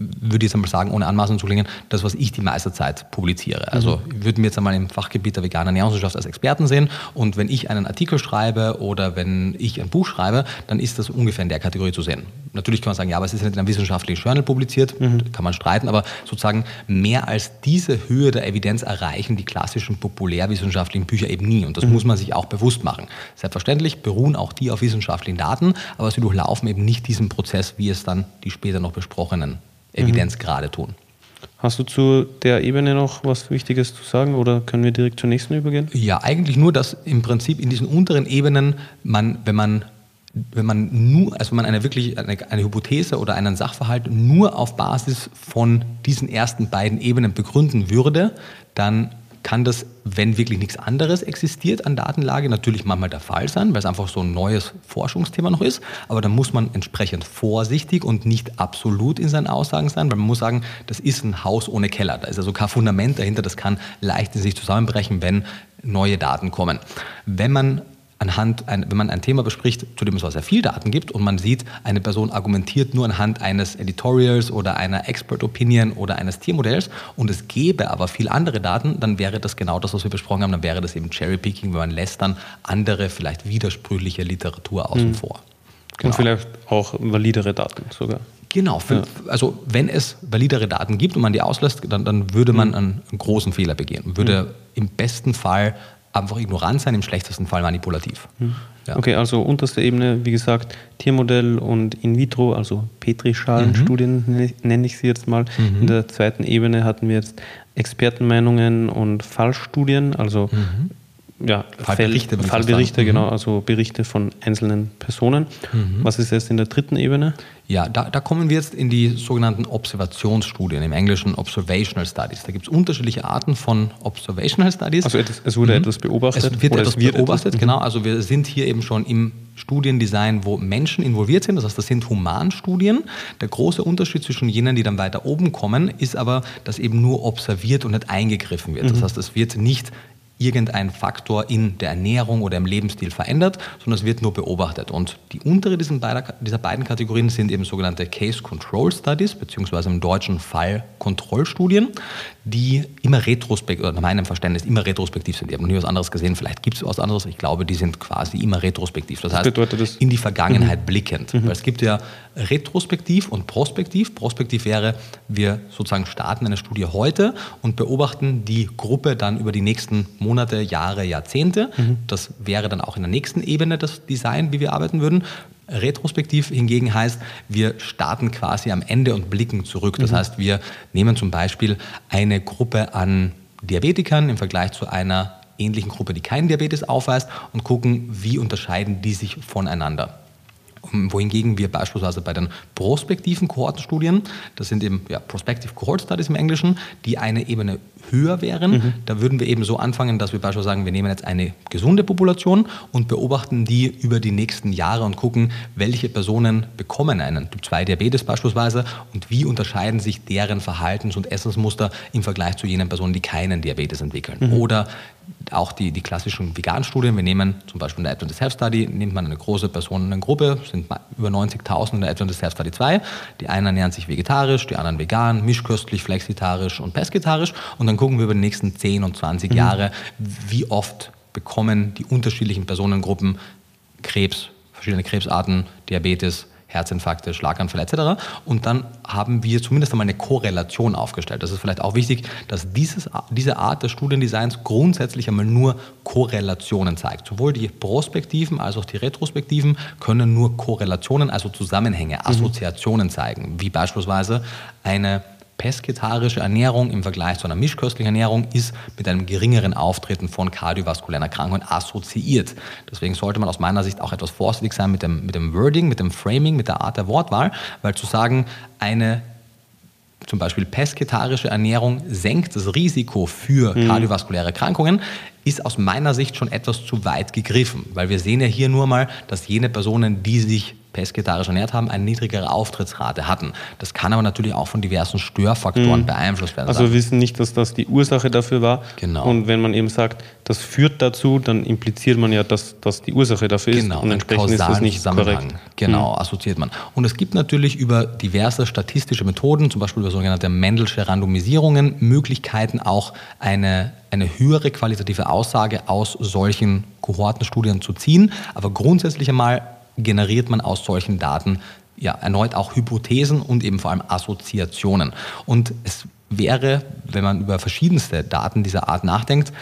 würde jetzt einmal sagen, ohne Anmaßung zu klingen, das, was ich die meiste Zeit publiziere. Also mhm. ich würde mir jetzt einmal im Fachgebiet der veganen Ernährungswissenschaft als Experten sehen und wenn ich einen Artikel schreibe oder wenn ich ein Buch schreibe, dann ist das ungefähr in der Kategorie zu sehen. Natürlich kann man sagen, ja, aber es ist nicht in einem wissenschaftlichen Journal publiziert, mhm. kann man streiten, aber sozusagen mehr als diese Höhe der Evidenz erreichen die klassischen populärwissenschaftlichen Bücher eben nie und das mhm. muss man sich auch bewusst machen. Selbstverständlich beruhen auch die auf wissenschaftlichen Daten, aber sie durchlaufen eben nicht diesen Prozess, wie es dann die später noch besprochenen Evidenzgrade mhm. tun. Hast du zu der Ebene noch was Wichtiges zu sagen oder können wir direkt zur nächsten übergehen? Ja, eigentlich nur, dass im Prinzip in diesen unteren Ebenen man, wenn man wenn man nur, also wenn man eine wirklich eine, eine Hypothese oder einen Sachverhalt nur auf Basis von diesen ersten beiden Ebenen begründen würde, dann kann das, wenn wirklich nichts anderes existiert an Datenlage, natürlich manchmal der Fall sein, weil es einfach so ein neues Forschungsthema noch ist. Aber dann muss man entsprechend vorsichtig und nicht absolut in seinen Aussagen sein, weil man muss sagen, das ist ein Haus ohne Keller. Da ist also kein Fundament dahinter, das kann leicht in sich zusammenbrechen, wenn neue Daten kommen. Wenn man Anhand, ein, wenn man ein Thema bespricht, zu dem es sehr viel Daten gibt und man sieht, eine Person argumentiert nur anhand eines Editorials oder einer Expert Opinion oder eines Tiermodells und es gäbe aber viel andere Daten, dann wäre das genau das, was wir besprochen haben, dann wäre das eben Cherry-Picking, weil man lässt dann andere, vielleicht widersprüchliche Literatur außen mhm. vor. Genau. Und vielleicht auch validere Daten sogar. Genau, für, ja. also wenn es validere Daten gibt und man die auslässt, dann, dann würde man mhm. einen, einen großen Fehler begehen, würde mhm. im besten Fall einfach ignorant sein, im schlechtesten Fall manipulativ. Hm. Ja. Okay, also unterste Ebene, wie gesagt, Tiermodell und In-vitro, also Petrischalenstudien mhm. nenne ich sie jetzt mal. Mhm. In der zweiten Ebene hatten wir jetzt Expertenmeinungen und Fallstudien, also mhm. ja, Fallberichte, Fäll, Fallberichte, genau, also Berichte von einzelnen Personen. Mhm. Was ist jetzt in der dritten Ebene? Ja, da, da kommen wir jetzt in die sogenannten Observationsstudien, im Englischen Observational Studies. Da gibt es unterschiedliche Arten von Observational Studies. Also es, es wurde mhm. etwas beobachtet? Es wird oder etwas es wird beobachtet, etwas? Genau. Also wir sind hier eben schon im Studiendesign, wo Menschen involviert sind. Das heißt, das sind Humanstudien. Der große Unterschied zwischen jenen, die dann weiter oben kommen, ist aber, dass eben nur observiert und nicht eingegriffen wird. Mhm. Das heißt, es wird nicht irgendein Faktor in der Ernährung oder im Lebensstil verändert, sondern es wird nur beobachtet. Und die untere dieser beiden Kategorien sind eben sogenannte Case Control Studies, beziehungsweise im Deutschen Fallkontrollstudien, die immer retrospektiv, oder nach meinem Verständnis immer retrospektiv sind. Ich habe noch nie was anderes gesehen, vielleicht gibt es was anderes. Ich glaube, die sind quasi immer retrospektiv. Das heißt, bedeutet das? In die Vergangenheit mhm. blickend. Mhm. Weil es gibt ja retrospektiv und prospektiv. Prospektiv wäre, wir sozusagen starten eine Studie heute und beobachten die Gruppe dann über die nächsten Monate, Jahre, Jahrzehnte. Mhm. Das wäre dann auch in der nächsten Ebene das Design, wie wir arbeiten würden. Retrospektiv hingegen heißt, wir starten quasi am Ende und blicken zurück. Das mhm. heißt, wir nehmen zum Beispiel eine Gruppe an Diabetikern im Vergleich zu einer ähnlichen Gruppe, die keinen Diabetes aufweist und gucken, wie unterscheiden die sich voneinander. Wohingegen wir beispielsweise bei den prospektiven Kohortenstudien, das sind eben ja, Prospective Cohort Studies im Englischen, die eine Ebene höher wären. Mhm. Da würden wir eben so anfangen, dass wir beispielsweise sagen, wir nehmen jetzt eine gesunde Population und beobachten die über die nächsten Jahre und gucken, welche Personen bekommen einen Typ zwei Diabetes beispielsweise und wie unterscheiden sich deren Verhaltens- und Essensmuster im Vergleich zu jenen Personen, die keinen Diabetes entwickeln. Mhm. Oder auch die, die klassischen Vegan-Studien. Wir nehmen zum Beispiel in der Adventist Health Study, nimmt man eine große Personengruppe, sind über neunzigtausend in der Adventist Health Study zwei. Die einen ernähren sich vegetarisch, die anderen vegan, mischköstlich, flexitarisch und pesketarisch. Und dann gucken wir über die nächsten zehn und zwanzig mhm. Jahre, wie oft bekommen die unterschiedlichen Personengruppen Krebs, verschiedene Krebsarten, Diabetes, Herzinfarkte, Schlaganfälle et cetera. Und dann haben wir zumindest einmal eine Korrelation aufgestellt. Das ist vielleicht auch wichtig, dass dieses, diese Art des Studiendesigns grundsätzlich einmal nur Korrelationen zeigt. Sowohl die prospektiven als auch die retrospektiven können nur Korrelationen, also Zusammenhänge, Assoziationen mhm. zeigen, wie beispielsweise eine pesketarische Ernährung im Vergleich zu einer mischköstlichen Ernährung ist mit einem geringeren Auftreten von kardiovaskulären Erkrankungen assoziiert. Deswegen sollte man aus meiner Sicht auch etwas vorsichtig sein mit dem, mit dem Wording, mit dem Framing, mit der Art der Wortwahl, weil zu sagen, eine zum Beispiel pesketarische Ernährung senkt das Risiko für mhm. kardiovaskuläre Erkrankungen, ist aus meiner Sicht schon etwas zu weit gegriffen, weil wir sehen ja hier nur mal, dass jene Personen, die sich pesketarisch ernährt haben, eine niedrigere Auftrittsrate hatten. Das kann aber natürlich auch von diversen Störfaktoren mhm. beeinflusst werden. Also wir wissen nicht, dass das die Ursache dafür war. Genau. Und wenn man eben sagt, das führt dazu, dann impliziert man ja, dass das die Ursache dafür ist. Genau, und entsprechend ist das nicht korrekt. Genau, mhm. assoziiert man. Und es gibt natürlich über diverse statistische Methoden, zum Beispiel über sogenannte Mendelsche Randomisierungen, Möglichkeiten auch eine, eine höhere qualitative Aussage aus solchen Kohortenstudien zu ziehen. Aber grundsätzlich einmal generiert man aus solchen Daten ja erneut auch Hypothesen und eben vor allem Assoziationen. Und es wäre, wenn man über verschiedenste Daten dieser Art nachdenkt,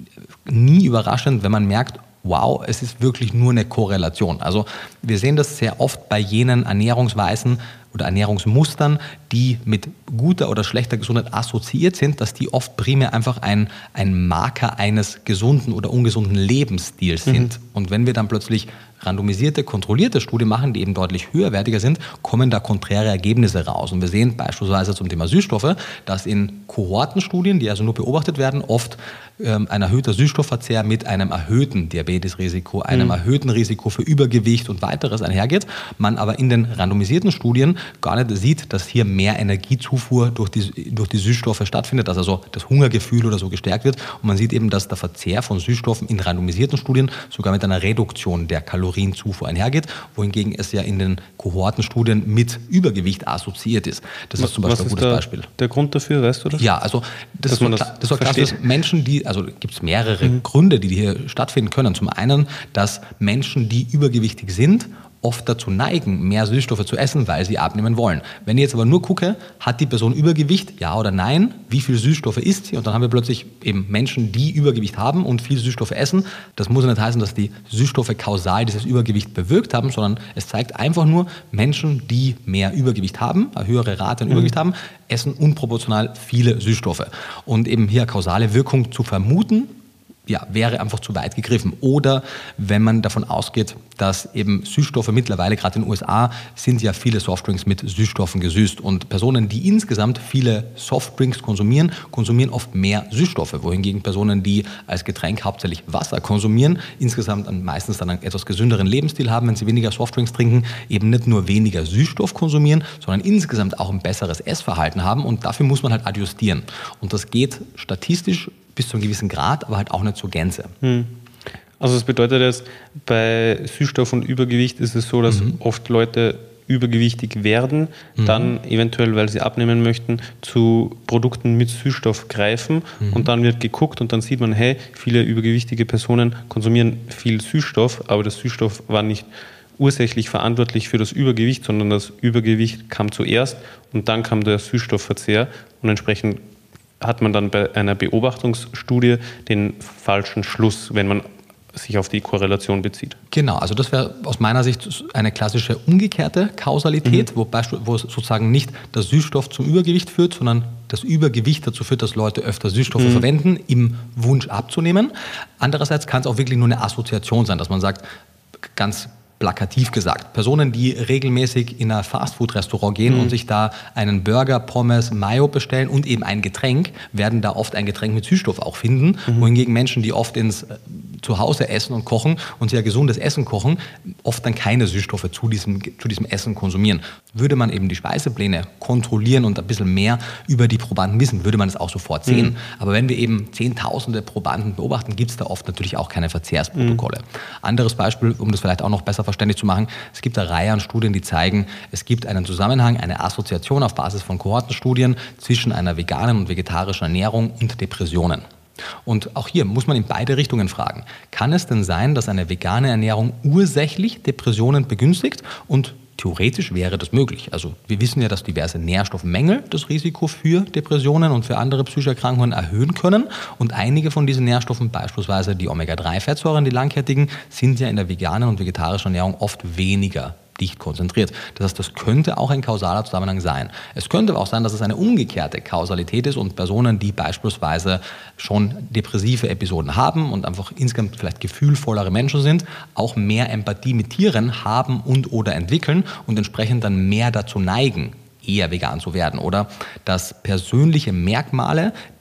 nie überraschend, wenn man merkt, wow, es ist wirklich nur eine Korrelation. Also wir sehen das sehr oft bei jenen Ernährungsweisen oder Ernährungsmustern, die mit guter oder schlechter Gesundheit assoziiert sind, dass die oft primär einfach ein, ein Marker eines gesunden oder ungesunden Lebensstils mhm. sind. Und wenn wir dann plötzlich randomisierte, kontrollierte Studien machen, die eben deutlich höherwertiger sind, kommen da konträre Ergebnisse raus. Und wir sehen beispielsweise zum Thema Süßstoffe, dass in Kohortenstudien, die also nur beobachtet werden, oft ähm, ein erhöhter Süßstoffverzehr mit einem erhöhten Diabetesrisiko, einem mhm. erhöhten Risiko für Übergewicht und weiteres einhergeht. Man aber in den randomisierten Studien gar nicht sieht, dass hier mehr Energiezufuhr durch die, durch die Süßstoffe stattfindet, dass also das Hungergefühl oder so gestärkt wird. Und man sieht eben, dass der Verzehr von Süßstoffen in randomisierten Studien sogar mit einer Reduktion der Kalorienzufuhr einhergeht, wohingegen es ja in den Kohortenstudien mit Übergewicht assoziiert ist. Das ist zum Beispiel Was ein gutes der, Beispiel. Der Grund dafür, weißt du das? Ja, also das Dass ist so, das das ist so klar, dass versteht. Menschen, die, also gibt es mehrere mhm. Gründe, die hier stattfinden können. Zum einen, dass Menschen, die übergewichtig sind, oft dazu neigen, mehr Süßstoffe zu essen, weil sie abnehmen wollen. Wenn ich jetzt aber nur gucke, hat die Person Übergewicht, ja oder nein, wie viel Süßstoffe isst sie? Und dann haben wir plötzlich eben Menschen, die Übergewicht haben und viel Süßstoffe essen. Das muss nicht heißen, dass die Süßstoffe kausal dieses Übergewicht bewirkt haben, sondern es zeigt einfach nur, Menschen, die mehr Übergewicht haben, eine höhere Rate an mhm. Übergewicht haben, essen unproportional viele Süßstoffe. Und eben hier kausale Wirkung zu vermuten, ja, wäre einfach zu weit gegriffen. Oder wenn man davon ausgeht, dass eben Süßstoffe mittlerweile, gerade in den U S A, sind ja viele Softdrinks mit Süßstoffen gesüßt. Und Personen, die insgesamt viele Softdrinks konsumieren, konsumieren oft mehr Süßstoffe. Wohingegen Personen, die als Getränk hauptsächlich Wasser konsumieren, insgesamt meistens dann einen etwas gesünderen Lebensstil haben, wenn sie weniger Softdrinks trinken, eben nicht nur weniger Süßstoff konsumieren, sondern insgesamt auch ein besseres Essverhalten haben. Und dafür muss man halt adjustieren. Und das geht statistisch bis zu einem gewissen Grad, aber halt auch nicht zur Gänze. Hm. Also das bedeutet jetzt, bei Süßstoff und Übergewicht ist es so, dass mhm. oft Leute übergewichtig werden, mhm. dann eventuell, weil sie abnehmen möchten, zu Produkten mit Süßstoff greifen mhm. und dann wird geguckt und dann sieht man, hey, viele übergewichtige Personen konsumieren viel Süßstoff, aber der Süßstoff war nicht ursächlich verantwortlich für das Übergewicht, sondern das Übergewicht kam zuerst und dann kam der Süßstoffverzehr und entsprechend hat man dann bei einer Beobachtungsstudie den falschen Schluss, wenn man sich auf die Korrelation bezieht. Genau, also das wäre aus meiner Sicht eine klassische umgekehrte Kausalität, mhm. wo, wo sozusagen nicht der Süßstoff zum Übergewicht führt, sondern das Übergewicht dazu führt, dass Leute öfter Süßstoffe mhm. verwenden, im Wunsch abzunehmen. Andererseits kann es auch wirklich nur eine Assoziation sein, dass man sagt, ganz plakativ gesagt, Personen, die regelmäßig in ein Fastfood-Restaurant gehen mhm. und sich da einen Burger, Pommes, Mayo bestellen und eben ein Getränk, werden da oft ein Getränk mit Süßstoff auch finden. Mhm. Wohingegen Menschen, die oft ins äh, Zuhause essen und kochen und sehr gesundes Essen kochen, oft dann keine Süßstoffe zu diesem, zu diesem Essen konsumieren. Würde man eben die Speisepläne kontrollieren und ein bisschen mehr über die Probanden wissen, würde man es auch sofort sehen. Mhm. Aber wenn wir eben Zehntausende Probanden beobachten, gibt es da oft natürlich auch keine Verzehrsprotokolle. Mhm. Anderes Beispiel, um das vielleicht auch noch besser verständlich zu machen, es gibt eine Reihe an Studien, die zeigen, es gibt einen Zusammenhang, eine Assoziation auf Basis von Kohortenstudien zwischen einer veganen und vegetarischen Ernährung und Depressionen. Und auch hier muss man in beide Richtungen fragen. Kann es denn sein, dass eine vegane Ernährung ursächlich Depressionen begünstigt? Und theoretisch wäre das möglich. Also wir wissen ja, dass diverse Nährstoffmängel das Risiko für Depressionen und für andere psychische Erkrankungen erhöhen können. Und einige von diesen Nährstoffen, beispielsweise die Omega drei Fettsäuren, die langkettigen, sind ja in der veganen und vegetarischen Ernährung oft weniger dicht konzentriert. Das heißt, das könnte auch ein kausaler Zusammenhang sein. Es könnte aber auch sein, dass es eine umgekehrte Kausalität ist und Personen, die beispielsweise schon depressive Episoden haben und einfach insgesamt vielleicht gefühlvollere Menschen sind, auch mehr Empathie mit Tieren haben und oder entwickeln und entsprechend dann mehr dazu neigen, eher vegan zu werden. Oder dass persönliche Merkmale,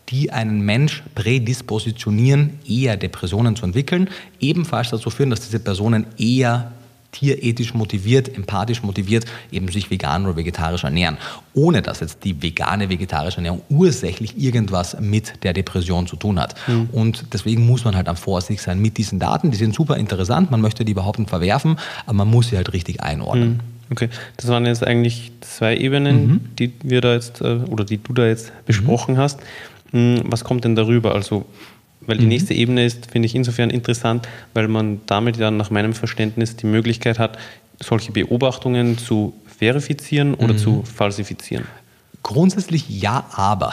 die einen Mensch prädispositionieren, eher Depressionen zu entwickeln, ebenfalls dazu führen, dass diese Personen eher tierethisch motiviert, empathisch motiviert, eben sich vegan oder vegetarisch ernähren, ohne dass jetzt die vegane, vegetarische Ernährung ursächlich irgendwas mit der Depression zu tun hat. Mhm. Und deswegen muss man halt am vorsichtig sein mit diesen Daten. Die sind super interessant, man möchte die überhaupt nicht verwerfen, aber man muss sie halt richtig einordnen. Mhm. Okay, das waren jetzt eigentlich zwei Ebenen, mhm. die wir da jetzt, oder die du da jetzt besprochen mhm. hast. Was kommt denn darüber? Also Weil die mhm. nächste Ebene ist, finde ich insofern interessant, weil man damit ja nach meinem Verständnis die Möglichkeit hat, solche Beobachtungen zu verifizieren oder mhm. zu falsifizieren. Grundsätzlich ja, aber.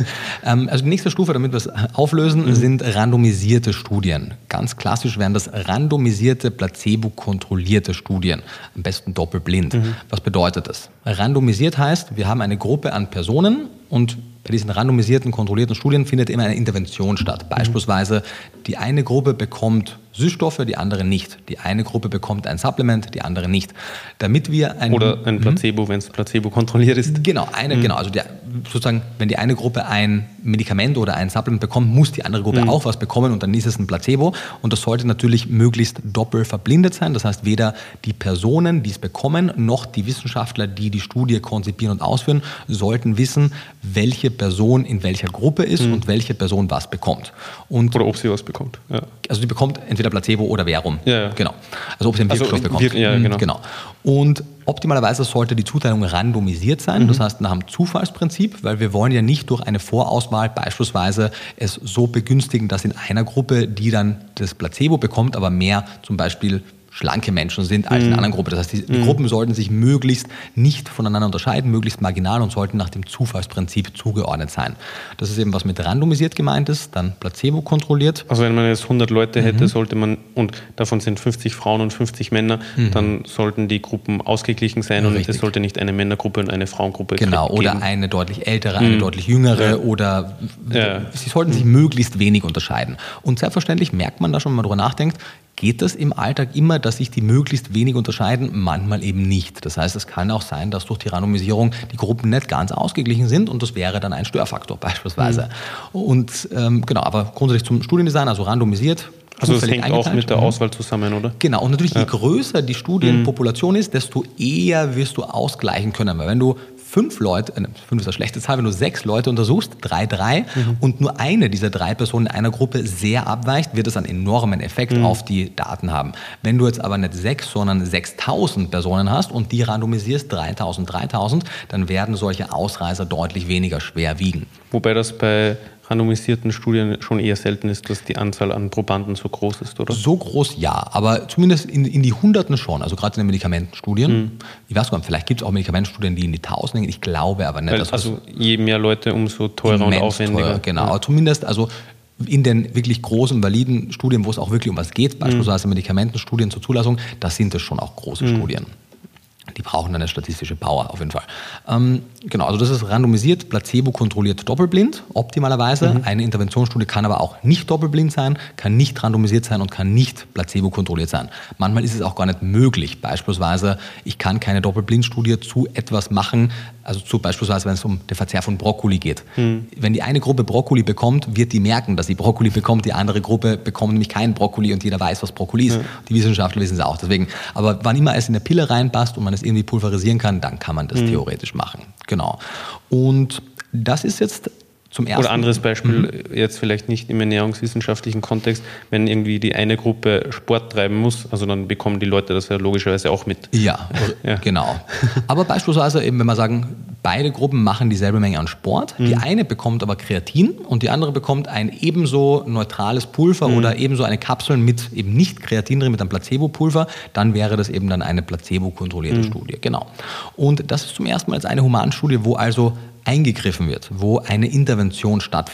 Also die nächste Stufe, damit wir es auflösen, mhm. sind randomisierte Studien. Ganz klassisch wären das randomisierte, placebo-kontrollierte Studien. Am besten doppelblind. Mhm. Was bedeutet das? Randomisiert heißt, wir haben eine Gruppe an Personen und bei diesen randomisierten, kontrollierten Studien findet immer eine Intervention statt. Beispielsweise die eine Gruppe bekommt Süßstoffe, die andere nicht. Die eine Gruppe bekommt ein Supplement, die andere nicht. Damit wir ein Oder ein Placebo, mhm. wenn es Placebo kontrolliert ist. Genau, eine, mhm. genau. Also der, sozusagen, wenn die eine Gruppe ein Medikament oder ein Supplement bekommt, muss die andere Gruppe mhm. auch was bekommen und dann ist es ein Placebo. Und das sollte natürlich möglichst doppelt verblindet sein. Das heißt, weder die Personen, die es bekommen, noch die Wissenschaftler, die die Studie konzipieren und ausführen, sollten wissen, welche Person in welcher Gruppe ist mhm. und welche Person was bekommt. Und oder ob sie was bekommt. Ja. Also die bekommt entweder Placebo oder Verum. Ja, ja. Genau. Also ob sie einen Wirkstoff also, bekommt. Wir, ja, genau. genau. Und optimalerweise sollte die Zuteilung randomisiert sein, mhm. das heißt nach dem Zufallsprinzip, weil wir wollen ja nicht durch eine Vorauswahl beispielsweise es so begünstigen, dass in einer Gruppe, die dann das Placebo bekommt, aber mehr zum Beispiel schlanke Menschen sind als in einer anderen Gruppe. Das heißt, die, die mm. Gruppen sollten sich möglichst nicht voneinander unterscheiden, möglichst marginal und sollten nach dem Zufallsprinzip zugeordnet sein. Das ist eben, was mit randomisiert gemeint ist, dann Placebo kontrolliert. Also wenn man jetzt hundert Leute hätte, mhm. sollte man, und davon sind fünfzig Frauen und fünfzig Männer, mhm. dann sollten die Gruppen ausgeglichen sein und Richtig. Es sollte nicht eine Männergruppe und eine Frauengruppe genau, geben. Genau, oder eine deutlich ältere, eine mhm. deutlich jüngere ja. oder ja. sie sollten sich mhm. möglichst wenig unterscheiden. Und selbstverständlich merkt man da schon, wenn man darüber nachdenkt, geht das im Alltag immer, dass sich die möglichst wenig unterscheiden? Manchmal eben nicht. Das heißt, es kann auch sein, dass durch die Randomisierung die Gruppen nicht ganz ausgeglichen sind und das wäre dann ein Störfaktor beispielsweise. Mhm. Und ähm, genau, aber grundsätzlich zum Studiendesign, also randomisiert. Also das hängt auch mit der Auswahl zusammen, oder? Genau, und natürlich ja. je größer die Studienpopulation mhm. ist, desto eher wirst du ausgleichen können. Weil wenn du fünf Leute, äh, fünf ist eine schlechte Zahl, wenn du sechs Leute untersuchst, drei, drei mhm. und nur eine dieser drei Personen in einer Gruppe sehr abweicht, wird es einen enormen Effekt mhm. auf die Daten haben. Wenn du jetzt aber nicht sechs, sondern sechstausend Personen hast und die randomisierst dreitausend, dreitausend, dann werden solche Ausreißer deutlich weniger schwer wiegen. Wobei das bei randomisierten Studien schon eher selten ist, dass die Anzahl an Probanden so groß ist, oder? So groß ja, aber zumindest in, in die Hunderten schon, also gerade in den Medikamentenstudien. Mhm. Ich weiß gar nicht, vielleicht gibt es auch Medikamentenstudien, die in die Tausenden gehen, ich glaube aber nicht. Weil, also je mehr Leute, umso teurer und aufwendiger. Teuer, genau, ja. aber zumindest also in den wirklich großen, validen Studien, wo es auch wirklich um was geht, beispielsweise mhm. Medikamentenstudien zur Zulassung, da sind es schon auch große mhm. Studien. Die brauchen eine statistische Power auf jeden Fall. Ähm, genau, also das ist randomisiert, placebo-kontrolliert, doppelblind, optimalerweise. Mhm. Eine Interventionsstudie kann aber auch nicht doppelblind sein, kann nicht randomisiert sein und kann nicht placebo-kontrolliert sein. Manchmal ist es auch gar nicht möglich. Beispielsweise, ich kann keine Doppelblindstudie zu etwas machen, also zu beispielsweise, wenn es um den Verzehr von Brokkoli geht. Mhm. Wenn die eine Gruppe Brokkoli bekommt, wird die merken, dass sie Brokkoli bekommt, die andere Gruppe bekommt nämlich keinen Brokkoli und jeder weiß, was Brokkoli ist. Mhm. Die Wissenschaftler wissen es auch. Deswegen, aber wann immer es in eine Pille reinpasst und man es irgendwie pulverisieren kann, dann kann man das mhm. theoretisch machen. Genau. Und das ist jetzt zum ersten... Oder anderes Beispiel, mhm. jetzt vielleicht nicht im ernährungswissenschaftlichen Kontext, wenn irgendwie die eine Gruppe Sport treiben muss, also dann bekommen die Leute das ja logischerweise auch mit. Ja, ja. genau. Aber beispielsweise eben, wenn wir sagen, beide Gruppen machen dieselbe Menge an Sport, mhm. die eine bekommt aber Kreatin und die andere bekommt ein ebenso neutrales Pulver mhm. oder ebenso eine Kapsel mit eben nicht Kreatin drin, mit einem Placebo-Pulver, dann wäre das eben dann eine placebo-kontrollierte mhm. Studie. Genau. Und das ist zum ersten Mal jetzt eine Humanstudie, wo also eingegriffen wird, wo eine Intervention stattfindet.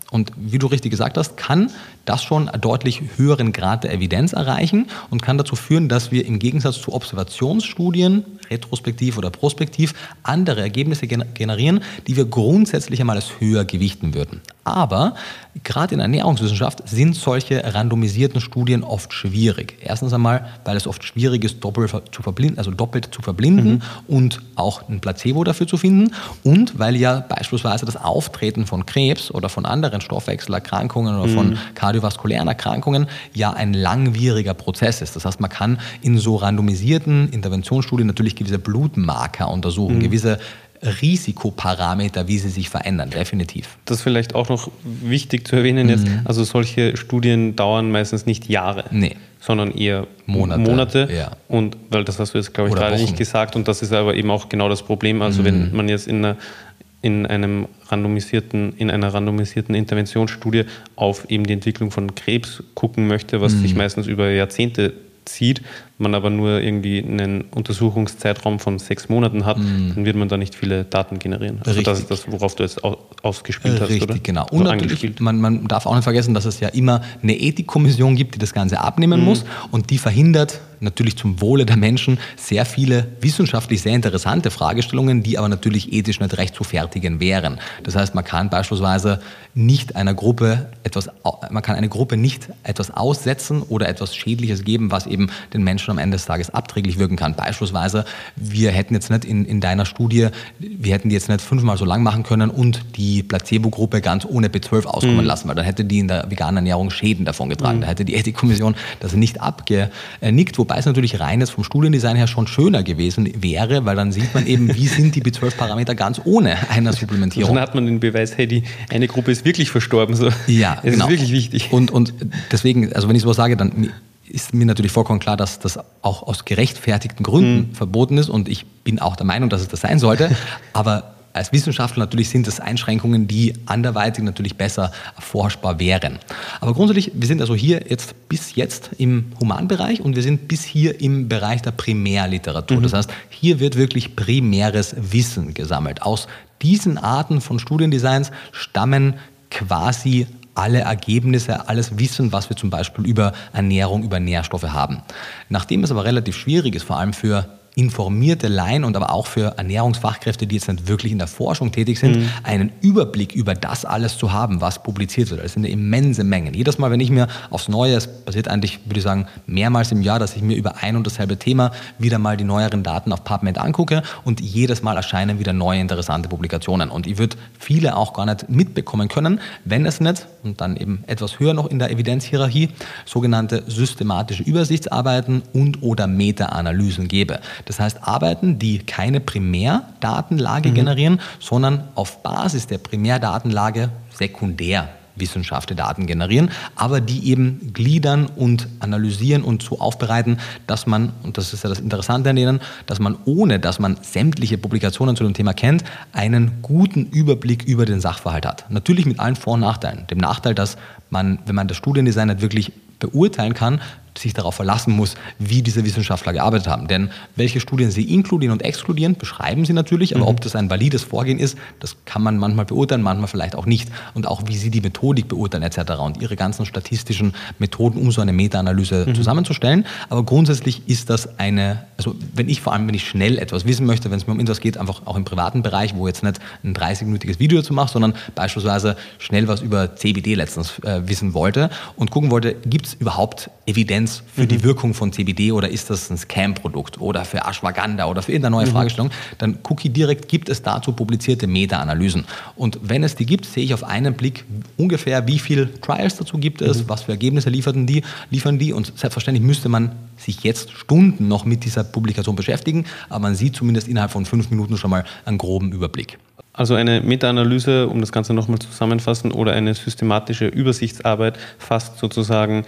Und wie du richtig gesagt hast, kann das schon einen deutlich höheren Grad der Evidenz erreichen und kann dazu führen, dass wir im Gegensatz zu Observationsstudien, retrospektiv oder prospektiv, andere Ergebnisse generieren, die wir grundsätzlich einmal als höher gewichten würden. Aber gerade in der Ernährungswissenschaft sind solche randomisierten Studien oft schwierig. Erstens einmal, weil es oft schwierig ist, doppelt zu verblinden, also doppelt zu verblinden mhm. und auch ein Placebo dafür zu finden. Und weil ja beispielsweise das Auftreten von Krebs oder von anderen Stoffwechselerkrankungen oder mhm. von kardiovaskulären Erkrankungen ja ein langwieriger Prozess ist. Das heißt, man kann in so randomisierten Interventionsstudien natürlich gewisse Blutmarker untersuchen, mhm. gewisse Risikoparameter, wie sie sich verändern, definitiv. Das ist vielleicht auch noch wichtig zu erwähnen jetzt, mhm. also solche Studien dauern meistens nicht Jahre, nee. sondern eher Monate. Monate. Ja. Und weil das hast du jetzt, glaube ich, Oder gerade Wochen. nicht gesagt und das ist aber eben auch genau das Problem. Also mhm. wenn man jetzt in einer in einem randomisierten, in einer randomisierten Interventionsstudie auf eben die Entwicklung von Krebs gucken möchte, was mhm. sich meistens über Jahrzehnte zieht, man aber nur irgendwie einen Untersuchungszeitraum von sechs Monaten hat, mm. dann wird man da nicht viele Daten generieren. Also Richtig. Das ist das, worauf du jetzt ausgespielt hast, Richtig, oder? Richtig, genau. Also und natürlich, man, man darf auch nicht vergessen, dass es ja immer eine Ethikkommission gibt, die das Ganze abnehmen mm. muss und die verhindert natürlich zum Wohle der Menschen sehr viele wissenschaftlich sehr interessante Fragestellungen, die aber natürlich ethisch nicht recht zu fertigen wären. Das heißt, man kann beispielsweise nicht einer Gruppe etwas, man kann eine Gruppe nicht etwas aussetzen oder etwas Schädliches geben, was eben den Menschen am Ende des Tages abträglich wirken kann. Beispielsweise, wir hätten jetzt nicht in, in deiner Studie, wir hätten die jetzt nicht fünfmal so lang machen können und die Placebo-Gruppe ganz ohne B zwölf auskommen mhm. lassen, weil dann hätte die in der veganen Ernährung Schäden davon getragen. Mhm. Da hätte die Ethikkommission das nicht abgenickt, wobei es natürlich rein jetzt vom Studiendesign her schon schöner gewesen wäre, weil dann sieht man eben, wie sind die B zwölf Parameter ganz ohne einer Supplementierung. Und dann hat man den Beweis, hey, die eine Gruppe ist wirklich verstorben. So. Ja, es genau. ist wirklich wichtig. Und, und deswegen, also wenn ich so sage, dann ist mir natürlich vollkommen klar, dass das auch aus gerechtfertigten Gründen mhm. verboten ist und ich bin auch der Meinung, dass es das sein sollte, aber als Wissenschaftler natürlich sind das Einschränkungen, die anderweitig natürlich besser erforschbar wären. Aber grundsätzlich, wir sind also hier jetzt bis jetzt im Humanbereich und wir sind bis hier im Bereich der Primärliteratur. Mhm. Das heißt, hier wird wirklich primäres Wissen gesammelt. Aus diesen Arten von Studiendesigns stammen quasi alle Ergebnisse, alles Wissen, was wir zum Beispiel über Ernährung, über Nährstoffe haben. Nachdem es aber relativ schwierig ist, vor allem für informierte Laien und aber auch für Ernährungsfachkräfte, die jetzt nicht wirklich in der Forschung tätig sind, mhm. einen Überblick über das alles zu haben, was publiziert wird. Das sind immense Mengen. Jedes Mal, wenn ich mir aufs Neue, es passiert eigentlich, würde ich sagen, mehrmals im Jahr, dass ich mir über ein und dasselbe Thema wieder mal die neueren Daten auf PubMed angucke und jedes Mal erscheinen wieder neue interessante Publikationen. Und ich würde viele auch gar nicht mitbekommen können, wenn es nicht, und dann eben etwas höher noch in der Evidenzhierarchie, sogenannte systematische Übersichtsarbeiten und oder Meta-Analysen gäbe. Das heißt, Arbeiten, die keine Primärdatenlage mhm. generieren, sondern auf Basis der Primärdatenlage Sekundärwissenschaftliche Daten generieren, aber die eben gliedern und analysieren und so aufbereiten, dass man, und das ist ja das Interessante an denen, dass man, ohne dass man sämtliche Publikationen zu dem Thema kennt, einen guten Überblick über den Sachverhalt hat. Natürlich mit allen Vor- und Nachteilen. Dem Nachteil, dass man, wenn man das Studiendesign nicht wirklich beurteilen kann, sich darauf verlassen muss, wie diese Wissenschaftler gearbeitet haben. Denn welche Studien sie inkludieren und exkludieren, beschreiben sie natürlich, aber mhm. ob das ein valides Vorgehen ist, das kann man manchmal beurteilen, manchmal vielleicht auch nicht. Und auch wie sie die Methodik beurteilen et cetera und ihre ganzen statistischen Methoden, um so eine Meta-Analyse mhm. zusammenzustellen. Aber grundsätzlich ist das eine, also wenn ich vor allem, wenn ich schnell etwas wissen möchte, wenn es mir um etwas geht, einfach auch im privaten Bereich, wo jetzt nicht ein dreißig-minütiges Video dazu mache, sondern beispielsweise schnell was über C B D letztens äh, wissen wollte und gucken wollte, gibt es überhaupt Evidenz für mhm. die Wirkung von C B D oder ist das ein Scam-Produkt oder für Ashwagandha oder für irgendeine neue mhm. Fragestellung, dann gucke ich direkt, gibt es dazu publizierte Meta-Analysen. Und wenn es die gibt, sehe ich auf einen Blick ungefähr, wie viele Trials dazu gibt es, mhm. was für Ergebnisse lieferten die, liefern die und selbstverständlich müsste man sich jetzt Stunden noch mit dieser Publikation beschäftigen, aber man sieht zumindest innerhalb von fünf Minuten schon mal einen groben Überblick. Also eine Meta-Analyse, um das Ganze nochmal zusammenfassen, oder eine systematische Übersichtsarbeit fasst sozusagen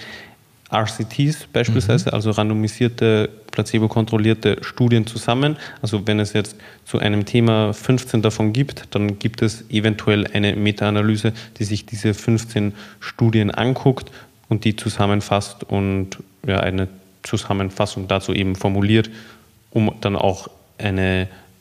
R C Ts beispielsweise, mhm. also randomisierte, placebo-kontrollierte Studien zusammen. Also wenn es jetzt zu einem Thema fünfzehn davon gibt, dann gibt es eventuell eine Meta-Analyse, die sich diese fünfzehn Studien anguckt und die zusammenfasst und ja, eine Zusammenfassung dazu eben formuliert, um dann auch eine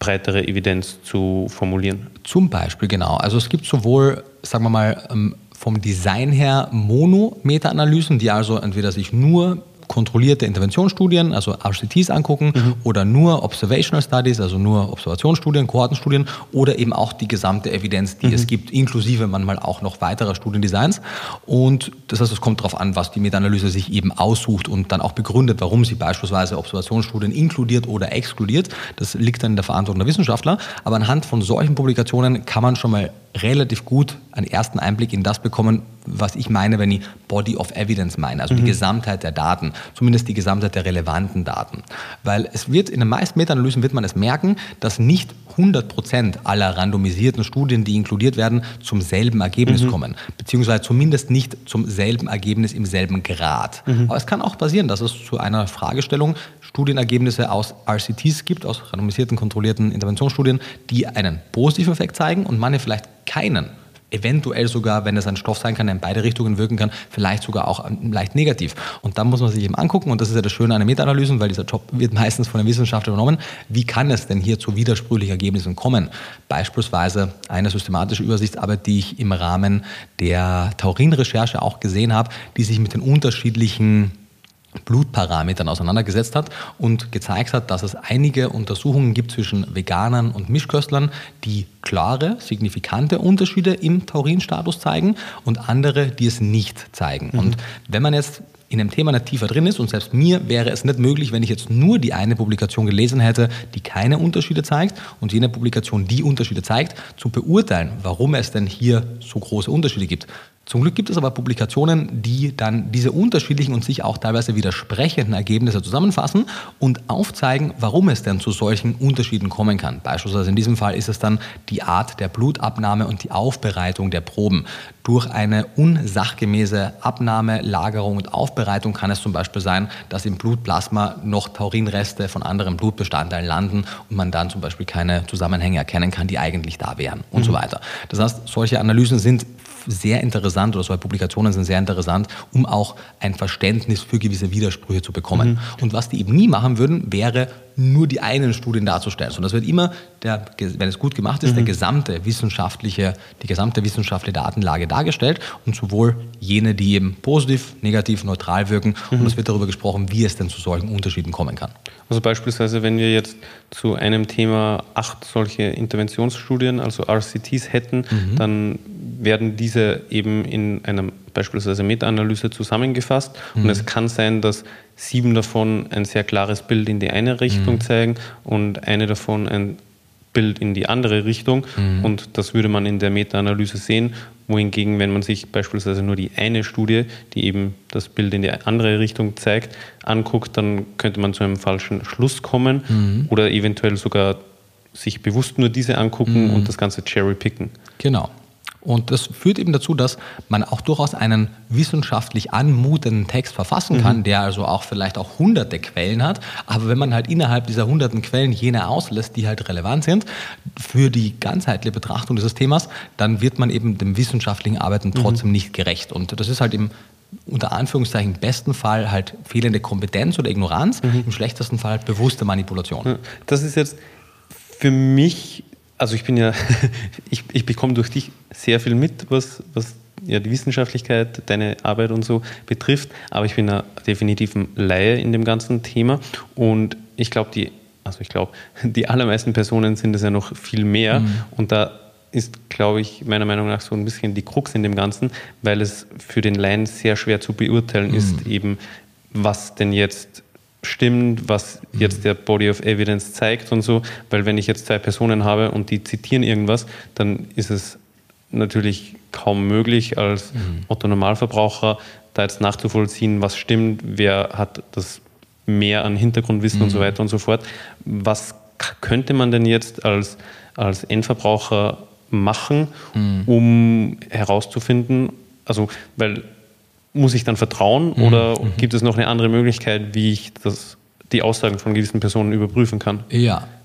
breitere Evidenz zu formulieren. Zum Beispiel, genau. Also es gibt sowohl, sagen wir mal, vom Design her Mono-Meta-Analysen, die also entweder sich nur kontrollierte Interventionsstudien, also R C Ts angucken, mhm. oder nur Observational Studies, also nur Observationsstudien, Kohortenstudien oder eben auch die gesamte Evidenz, die mhm. es gibt, inklusive manchmal auch noch weiterer Studiendesigns. Und das heißt, es kommt darauf an, was die Meta-Analyse sich eben aussucht und dann auch begründet, warum sie beispielsweise Observationsstudien inkludiert oder exkludiert. Das liegt dann in der Verantwortung der Wissenschaftler. Aber anhand von solchen Publikationen kann man schon mal relativ gut einen ersten Einblick in das bekommen, was ich meine, wenn ich Body of Evidence meine, also mhm. die Gesamtheit der Daten, zumindest die Gesamtheit der relevanten Daten. Weil es wird, in den meisten Meta-Analysen wird man es merken, dass nicht hundert Prozent aller randomisierten Studien, die inkludiert werden, zum selben Ergebnis mhm. kommen, beziehungsweise zumindest nicht zum selben Ergebnis im selben Grad. Mhm. Aber es kann auch passieren, dass es zu einer Fragestellung Studienergebnisse aus R C Ts gibt, aus randomisierten, kontrollierten Interventionsstudien, die einen positiven Effekt zeigen und manche vielleicht keinen. Eventuell sogar, wenn es ein Stoff sein kann, der in beide Richtungen wirken kann, vielleicht sogar auch leicht negativ. Und dann muss man sich eben angucken, und das ist ja das Schöne an den Meta-Analysen, weil dieser Job wird meistens von den Wissenschaftlern übernommen, wie kann es denn hier zu widersprüchlichen Ergebnissen kommen? Beispielsweise eine systematische Übersichtsarbeit, die ich im Rahmen der Taurin-Recherche auch gesehen habe, die sich mit den unterschiedlichen Blutparametern auseinandergesetzt hat und gezeigt hat, dass es einige Untersuchungen gibt zwischen Veganern und Mischköstlern, die klare, signifikante Unterschiede im Taurinstatus zeigen und andere, die es nicht zeigen. Mhm. Und wenn man jetzt in einem Thema nicht tiefer drin ist, und selbst mir wäre es nicht möglich, wenn ich jetzt nur die eine Publikation gelesen hätte, die keine Unterschiede zeigt, und jene Publikation, die Unterschiede zeigt, zu beurteilen, warum es denn hier so große Unterschiede gibt. Zum Glück gibt es aber Publikationen, die dann diese unterschiedlichen und sich auch teilweise widersprechenden Ergebnisse zusammenfassen und aufzeigen, warum es denn zu solchen Unterschieden kommen kann. Beispielsweise in diesem Fall ist es dann die Art der Blutabnahme und die Aufbereitung der Proben. Durch eine unsachgemäße Abnahme, Lagerung und Aufbereitung kann es zum Beispiel sein, dass im Blutplasma noch Taurinreste von anderen Blutbestandteilen landen und man dann zum Beispiel keine Zusammenhänge erkennen kann, die eigentlich da wären und mhm. so weiter. Das heißt, solche Analysen sind sehr interessant oder solche Publikationen sind sehr interessant, um auch ein Verständnis für gewisse Widersprüche zu bekommen. Mhm. Und was die eben nie machen würden, wäre nur die einen Studien darzustellen, sondern es wird immer, der, wenn es gut gemacht ist, mhm. der gesamte wissenschaftliche, die gesamte wissenschaftliche Datenlage dargestellt und sowohl jene, die eben positiv, negativ, neutral wirken mhm. und es wird darüber gesprochen, wie es denn zu solchen Unterschieden kommen kann. Also beispielsweise, wenn wir jetzt zu einem Thema acht solche Interventionsstudien, also R C Ts hätten, mhm. dann werden diese eben in einer beispielsweise Meta-Analyse zusammengefasst mhm. und es kann sein, dass sieben davon ein sehr klares Bild in die eine Richtung mhm. zeigen und eine davon ein Bild in die andere Richtung mhm. und das würde man in der Meta-Analyse sehen, wohingegen, wenn man sich beispielsweise nur die eine Studie, die eben das Bild in die andere Richtung zeigt, anguckt, dann könnte man zu einem falschen Schluss kommen mhm. oder eventuell sogar sich bewusst nur diese angucken mhm. und das Ganze cherry-picken. Genau. Und das führt eben dazu, dass man auch durchaus einen wissenschaftlich anmutenden Text verfassen kann, mhm. der also auch vielleicht auch hunderte Quellen hat. Aber wenn man halt innerhalb dieser hunderten Quellen jene auslässt, die halt relevant sind für die ganzheitliche Betrachtung dieses Themas, dann wird man eben dem wissenschaftlichen Arbeiten trotzdem mhm. nicht gerecht. Und das ist halt im unter Anführungszeichen im besten Fall halt fehlende Kompetenz oder Ignoranz, mhm. im schlechtesten Fall halt bewusste Manipulation. Das ist jetzt für mich... Also ich bin ja, ich, ich bekomme durch dich sehr viel mit, was, was ja die Wissenschaftlichkeit, deine Arbeit und so betrifft, aber ich bin ja definitiv ein Laie in dem ganzen Thema und ich glaube, die, also ich glaube, die allermeisten Personen sind es ja noch viel mehr mhm. und da ist, glaube ich, meiner Meinung nach so ein bisschen die Krux in dem Ganzen, weil es für den Laien sehr schwer zu beurteilen mhm. ist, eben was denn jetzt stimmt, was jetzt der Body of Evidence zeigt und so, weil wenn ich jetzt zwei Personen habe und die zitieren irgendwas, dann ist es natürlich kaum möglich, als mhm. Otto-Normalverbraucher da jetzt nachzuvollziehen, was stimmt, wer hat das mehr an Hintergrundwissen mhm. und so weiter und so fort. Was könnte man denn jetzt als, als Endverbraucher machen, mhm. um herauszufinden, also weil muss ich dann vertrauen mhm. oder gibt es noch eine andere Möglichkeit, wie ich das, die Aussagen von gewissen Personen überprüfen kann? Ja,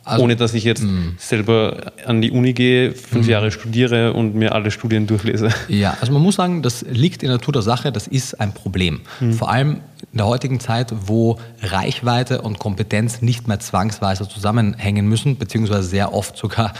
Also, ohne dass ich jetzt mh. selber an die Uni gehe, fünf mh. Jahre studiere und mir alle Studien durchlese. Ja, also man muss sagen, das liegt in der Natur der Sache, das ist ein Problem. Mh. Vor allem in der heutigen Zeit, wo Reichweite und Kompetenz nicht mehr zwangsweise zusammenhängen müssen, beziehungsweise sehr oft sogar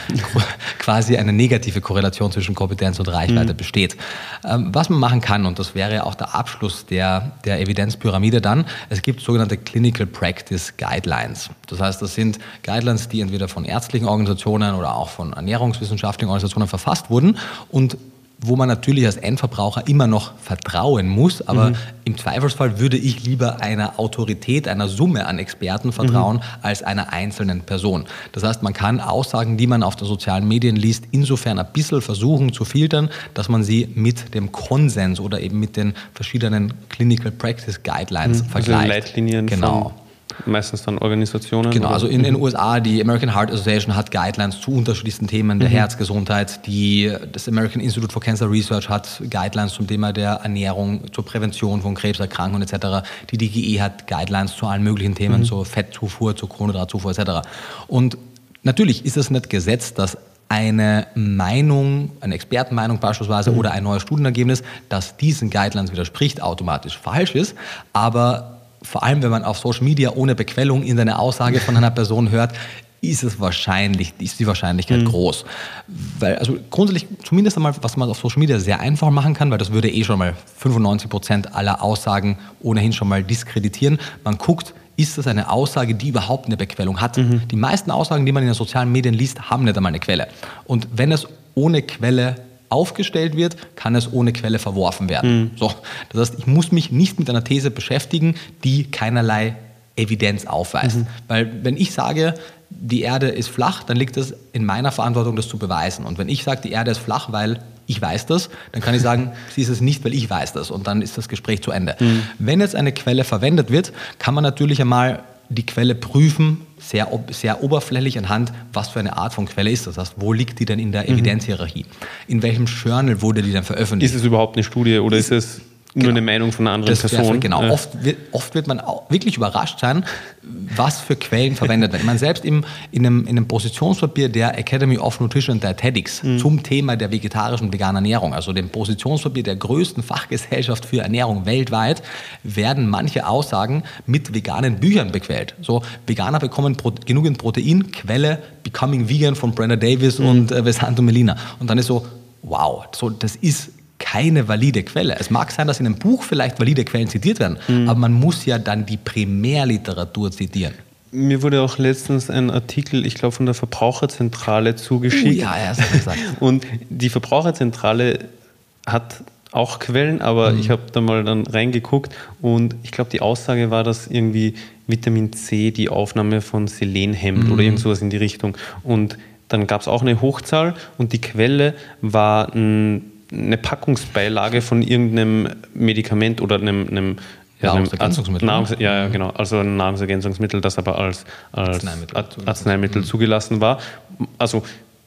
quasi eine negative Korrelation zwischen Kompetenz und Reichweite mhm. besteht. Ähm, was man machen kann, und das wäre auch der Abschluss der, der Evidenzpyramide dann, es gibt sogenannte Clinical Practice Guidelines. Das heißt, das sind Guidelines, die entweder von ärztlichen Organisationen oder auch von ernährungswissenschaftlichen Organisationen verfasst wurden und wo man natürlich als Endverbraucher immer noch vertrauen muss, aber mhm. im Zweifelsfall würde ich lieber einer Autorität, einer Summe an Experten vertrauen, mhm. als einer einzelnen Person. Das heißt, man kann Aussagen, die man auf den sozialen Medien liest, insofern ein bisschen versuchen zu filtern, dass man sie mit dem Konsens oder eben mit den verschiedenen Clinical Practice Guidelines mhm. vergleicht. Also Leitlinien genau. von meistens dann Organisationen? Genau, also in den U S A, die American Heart Association hat Guidelines zu unterschiedlichsten Themen der mhm. Herzgesundheit. Die, das American Institute for Cancer Research hat Guidelines zum Thema der Ernährung, zur Prävention von Krebserkrankungen et cetera. Die D G E hat Guidelines zu allen möglichen Themen, mhm. zur Fettzufuhr, zur Kohlenhydratzufuhr et cetera. Und natürlich ist es nicht gesetzt, dass eine Meinung, eine Expertenmeinung beispielsweise mhm. oder ein neues Studienergebnis, das diesen Guidelines widerspricht, automatisch falsch ist, aber vor allem, wenn man auf Social Media ohne Bequellung in eine Aussage von einer Person hört, ist es wahrscheinlich, ist die Wahrscheinlichkeit mhm. groß. Weil, also grundsätzlich, zumindest einmal, was man auf Social Media sehr einfach machen kann, weil das würde eh schon mal fünfundneunzig Prozent aller Aussagen ohnehin schon mal diskreditieren. Man guckt, ist das eine Aussage, die überhaupt eine Bequellung hat? Mhm. Die meisten Aussagen, die man in den sozialen Medien liest, haben nicht einmal eine Quelle. Und wenn es ohne Quelle aufgestellt wird, kann es ohne Quelle verworfen werden. Mhm. So, das heißt, ich muss mich nicht mit einer These beschäftigen, die keinerlei Evidenz aufweist. Mhm. Weil wenn ich sage, die Erde ist flach, dann liegt es in meiner Verantwortung, das zu beweisen. Und wenn ich sage, die Erde ist flach, weil ich weiß das, dann kann ich sagen, sie ist es nicht, weil ich weiß das. Und dann ist das Gespräch zu Ende. Mhm. Wenn jetzt eine Quelle verwendet wird, kann man natürlich einmal die Quelle prüfen, sehr, sehr oberflächlich anhand, was für eine Art von Quelle ist das. Das heißt, wo liegt die denn in der mhm. Evidenzhierarchie? In welchem Journal wurde die dann veröffentlicht? Ist es überhaupt eine Studie oder ist, ist es nur genau. eine Meinung von einer anderen das Person? Genau, ja. oft, wird, oft wird man auch wirklich überrascht sein, was für Quellen verwendet werden. Ich meine, selbst im, in, einem, in einem Positionspapier der Academy of Nutrition and Dietetics mhm. zum Thema der vegetarischen und veganen Ernährung, also dem Positionspapier der größten Fachgesellschaft für Ernährung weltweit, werden manche Aussagen mit veganen Büchern bequält. So, Veganer bekommen Pro- genügend Protein, Quelle Becoming Vegan von Brenda Davis mhm. und äh, Vesanto Melina. Und dann ist so, wow, so, das ist keine valide Quelle. Es mag sein, dass in einem Buch vielleicht valide Quellen zitiert werden, mhm. aber man muss ja dann die Primärliteratur zitieren. Mir wurde auch letztens ein Artikel, ich glaube, von der Verbraucherzentrale zugeschickt. Uh, ja, ja, das hast du gesagt. Und die Verbraucherzentrale hat auch Quellen, aber mhm. ich habe da mal dann reingeguckt und ich glaube, die Aussage war, dass irgendwie Vitamin C die Aufnahme von Selen hemmt mhm. oder irgend sowas in die Richtung. Und dann gab es auch eine Hochzahl und die Quelle war ein eine Packungsbeilage von irgendeinem Medikament oder einem, einem ja, Nahrungsergänzungsmittel. Nahrungs- ja, ja, genau. Also ein Nahrungsergänzungsmittel, das aber als, als Arzneimittel, zugelassen. Arzneimittel zugelassen war. Also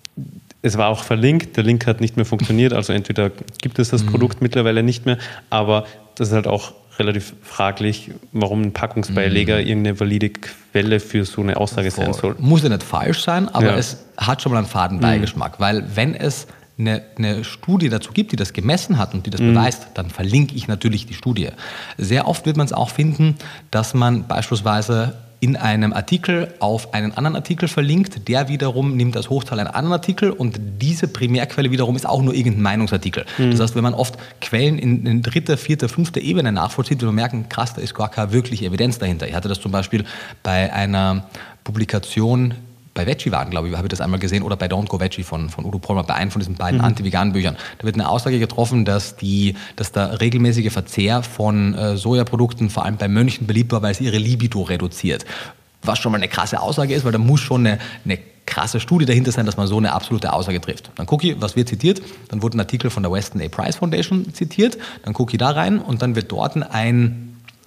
es war auch verlinkt, der Link hat nicht mehr funktioniert, also entweder gibt es das mhm. Produkt mittlerweile nicht mehr, aber das ist halt auch relativ fraglich, warum ein Packungsbeileger mhm. irgendeine valide Quelle für so eine Aussage Voll. sein soll. Muss ja nicht falsch sein, aber ja. es hat schon mal einen Fadenbeigeschmack, mhm. weil wenn es Eine, eine Studie dazu gibt, die das gemessen hat und die das mhm. beweist, dann verlinke ich natürlich die Studie. Sehr oft wird man es auch finden, dass man beispielsweise in einem Artikel auf einen anderen Artikel verlinkt, der wiederum nimmt als Hochzahl einen anderen Artikel und diese Primärquelle wiederum ist auch nur irgendein Meinungsartikel. Mhm. Das heißt, wenn man oft Quellen in, in dritter, vierter, fünfter Ebene nachvollzieht, wird man merken, krass, da ist gar keine wirkliche Evidenz dahinter. Ich hatte das zum Beispiel bei einer Publikation bei Veggie waren, glaube ich, habe ich das einmal gesehen, oder bei Don't Go Veggie von, von Udo Pollmer, bei einem von diesen beiden mhm. anti-veganen Büchern. Da wird eine Aussage getroffen, dass, die, dass der regelmäßige Verzehr von äh, Sojaprodukten vor allem bei Mönchen beliebt war, weil es ihre Libido reduziert. Was schon mal eine krasse Aussage ist, weil da muss schon eine, eine krasse Studie dahinter sein, dass man so eine absolute Aussage trifft. Dann gucke ich, was wird zitiert, dann wurde ein Artikel von der Weston A. Price Foundation zitiert, dann gucke ich da rein und dann wird dort ein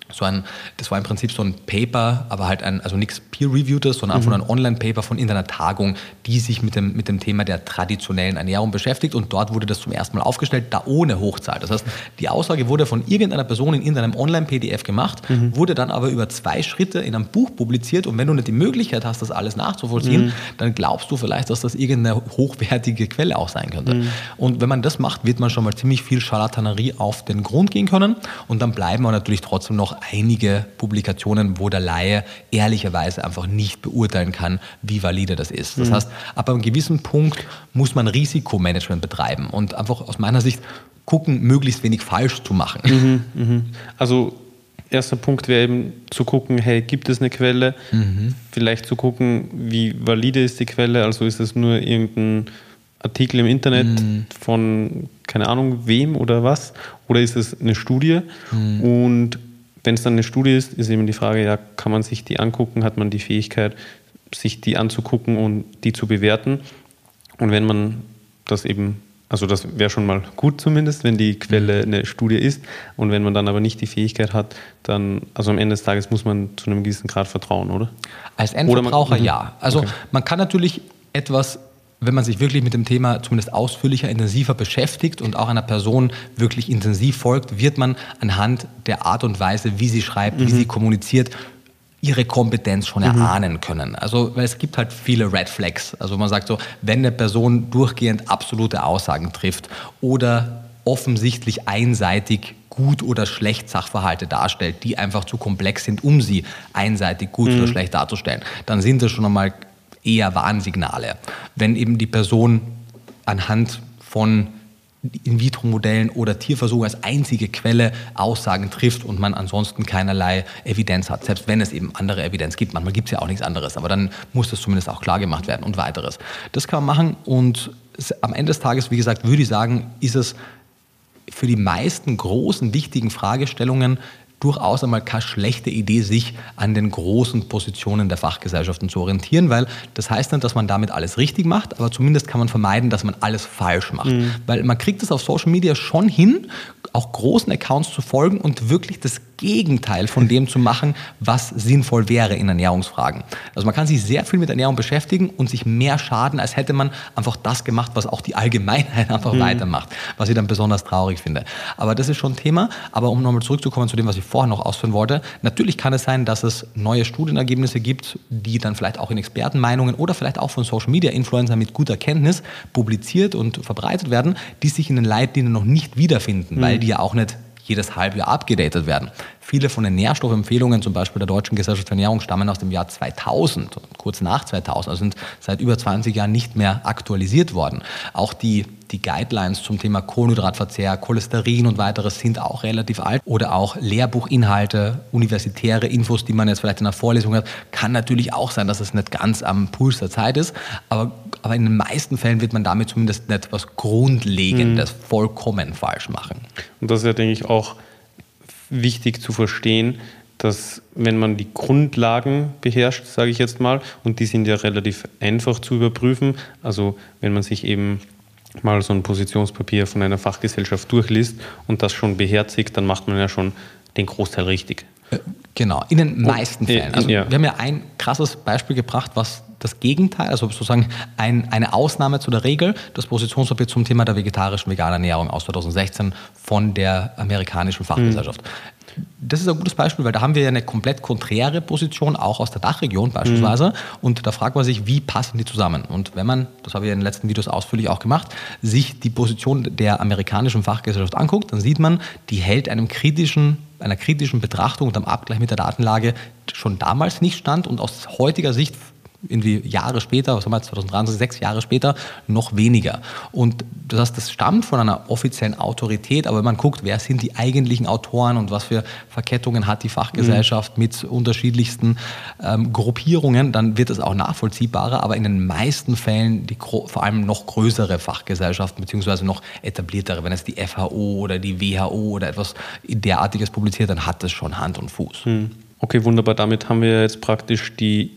So ein, das war im Prinzip so ein Paper, aber halt ein, also nichts Peer-Reviewtes, sondern einfach mhm. ein Online-Paper von irgendeiner Tagung, die sich mit dem, mit dem Thema der traditionellen Ernährung beschäftigt, und dort wurde das zum ersten Mal aufgestellt, da ohne Hochzahl. Das heißt, die Aussage wurde von irgendeiner Person in irgendeinem Online-P D F gemacht, mhm. wurde dann aber über zwei Schritte in einem Buch publiziert, und wenn du nicht die Möglichkeit hast, das alles nachzuvollziehen, mhm. dann glaubst du vielleicht, dass das irgendeine hochwertige Quelle auch sein könnte. Mhm. Und wenn man das macht, wird man schon mal ziemlich viel Scharlatanerie auf den Grund gehen können, und dann bleiben aber natürlich trotzdem noch einige Publikationen, wo der Laie ehrlicherweise einfach nicht beurteilen kann, wie valide das ist. Das mhm. heißt, ab einem gewissen Punkt muss man Risikomanagement betreiben und einfach aus meiner Sicht gucken, möglichst wenig falsch zu machen. Mhm, mhm. Also erster Punkt wäre eben zu gucken, hey, gibt es eine Quelle? Mhm. Vielleicht zu gucken, wie valide ist die Quelle, also ist es nur irgendein Artikel im Internet mhm. von, keine Ahnung, wem oder was, oder ist es eine Studie? Mhm. Und wenn es dann eine Studie ist, ist eben die Frage, ja, kann man sich die angucken, hat man die Fähigkeit, sich die anzugucken und die zu bewerten? Und wenn man das eben, also das wäre schon mal gut zumindest, wenn die Quelle eine Studie ist, und wenn man dann aber nicht die Fähigkeit hat, dann, also am Ende des Tages muss man zu einem gewissen Grad vertrauen, oder? Als Endverbraucher man, ja. Also okay. man kann natürlich etwas, wenn man sich wirklich mit dem Thema zumindest ausführlicher, intensiver beschäftigt und auch einer Person wirklich intensiv folgt, wird man anhand der Art und Weise, wie sie schreibt, mhm. wie sie kommuniziert, ihre Kompetenz schon mhm. erahnen können. Also, weil es gibt halt viele Red Flags. Also man sagt so, wenn eine Person durchgehend absolute Aussagen trifft oder offensichtlich einseitig gut oder schlecht Sachverhalte darstellt, die einfach zu komplex sind, um sie einseitig gut mhm. oder schlecht darzustellen, dann sind das schon einmal eher Warnsignale. Wenn eben die Person anhand von In-vitro-Modellen oder Tierversuchen als einzige Quelle Aussagen trifft und man ansonsten keinerlei Evidenz hat, selbst wenn es eben andere Evidenz gibt. Manchmal gibt es ja auch nichts anderes, aber dann muss das zumindest auch klar gemacht werden und weiteres. Das kann man machen, und am Ende des Tages, wie gesagt, würde ich sagen, ist es für die meisten großen, wichtigen Fragestellungen durchaus einmal keine schlechte Idee, sich an den großen Positionen der Fachgesellschaften zu orientieren, weil das heißt nicht, dass man damit alles richtig macht, aber zumindest kann man vermeiden, dass man alles falsch macht. Mhm. Weil man kriegt es auf Social Media schon hin, auch großen Accounts zu folgen und wirklich das Gegenteil von dem zu machen, was sinnvoll wäre in Ernährungsfragen. Also man kann sich sehr viel mit Ernährung beschäftigen und sich mehr schaden, als hätte man einfach das gemacht, was auch die Allgemeinheit einfach mhm. weitermacht, was ich dann besonders traurig finde. Aber das ist schon ein Thema. Aber um nochmal zurückzukommen zu dem, was ich vorher noch ausführen wollte, natürlich kann es sein, dass es neue Studienergebnisse gibt, die dann vielleicht auch in Expertenmeinungen oder vielleicht auch von Social-Media-Influencern mit guter Kenntnis publiziert und verbreitet werden, die sich in den Leitlinien noch nicht wiederfinden, mhm. weil die ja auch nicht jedes Halbjahr abgedatet werden. Viele von den Nährstoffempfehlungen, zum Beispiel der Deutschen Gesellschaft für Ernährung, stammen aus dem Jahr zweitausend, kurz nach zweitausend, also sind seit über zwanzig Jahren nicht mehr aktualisiert worden. Auch die, die Guidelines zum Thema Kohlenhydratverzehr, Cholesterin und weiteres sind auch relativ alt. Oder auch Lehrbuchinhalte, universitäre Infos, die man jetzt vielleicht in einer Vorlesung hat, kann natürlich auch sein, dass es nicht ganz am Puls der Zeit ist. Aber, aber in den meisten Fällen wird man damit zumindest nicht was Grundlegendes mhm. vollkommen falsch machen. Und das ist ja, denke ich, auch wichtig zu verstehen, dass wenn man die Grundlagen beherrscht, sage ich jetzt mal, und die sind ja relativ einfach zu überprüfen, also wenn man sich eben mal so ein Positionspapier von einer Fachgesellschaft durchliest und das schon beherzigt, dann macht man ja schon den Großteil richtig. Genau, in den meisten Fällen. Also ja. wir haben ja ein krasses Beispiel gebracht, was das Gegenteil, also sozusagen ein, eine Ausnahme zu der Regel, das Positionspapier zum Thema der vegetarischen veganen Ernährung aus zweitausendsechzehn von der amerikanischen Fachgesellschaft. Mhm. Das ist ein gutes Beispiel, weil da haben wir ja eine komplett konträre Position, auch aus der Dachregion beispielsweise. Mhm. Und da fragt man sich, wie passen die zusammen? Und wenn man, das habe ich in den letzten Videos ausführlich auch gemacht, sich die Position der amerikanischen Fachgesellschaft anguckt, dann sieht man, die hält einem kritischen, einer kritischen Betrachtung und am Abgleich mit der Datenlage schon damals nicht stand und aus heutiger Sicht irgendwie Jahre später, was haben wir jetzt, zweitausenddreiundzwanzig, sechs Jahre später, noch weniger. Und das heißt, das stammt von einer offiziellen Autorität, aber wenn man guckt, wer sind die eigentlichen Autoren und was für Verkettungen hat die Fachgesellschaft mhm. mit unterschiedlichsten ähm, Gruppierungen, dann wird es auch nachvollziehbarer, aber in den meisten Fällen die vor allem noch größere Fachgesellschaften, beziehungsweise noch etabliertere, wenn es die F H O oder die W H O oder etwas derartiges publiziert, dann hat das schon Hand und Fuß. Mhm. Okay, wunderbar. Damit haben wir jetzt praktisch die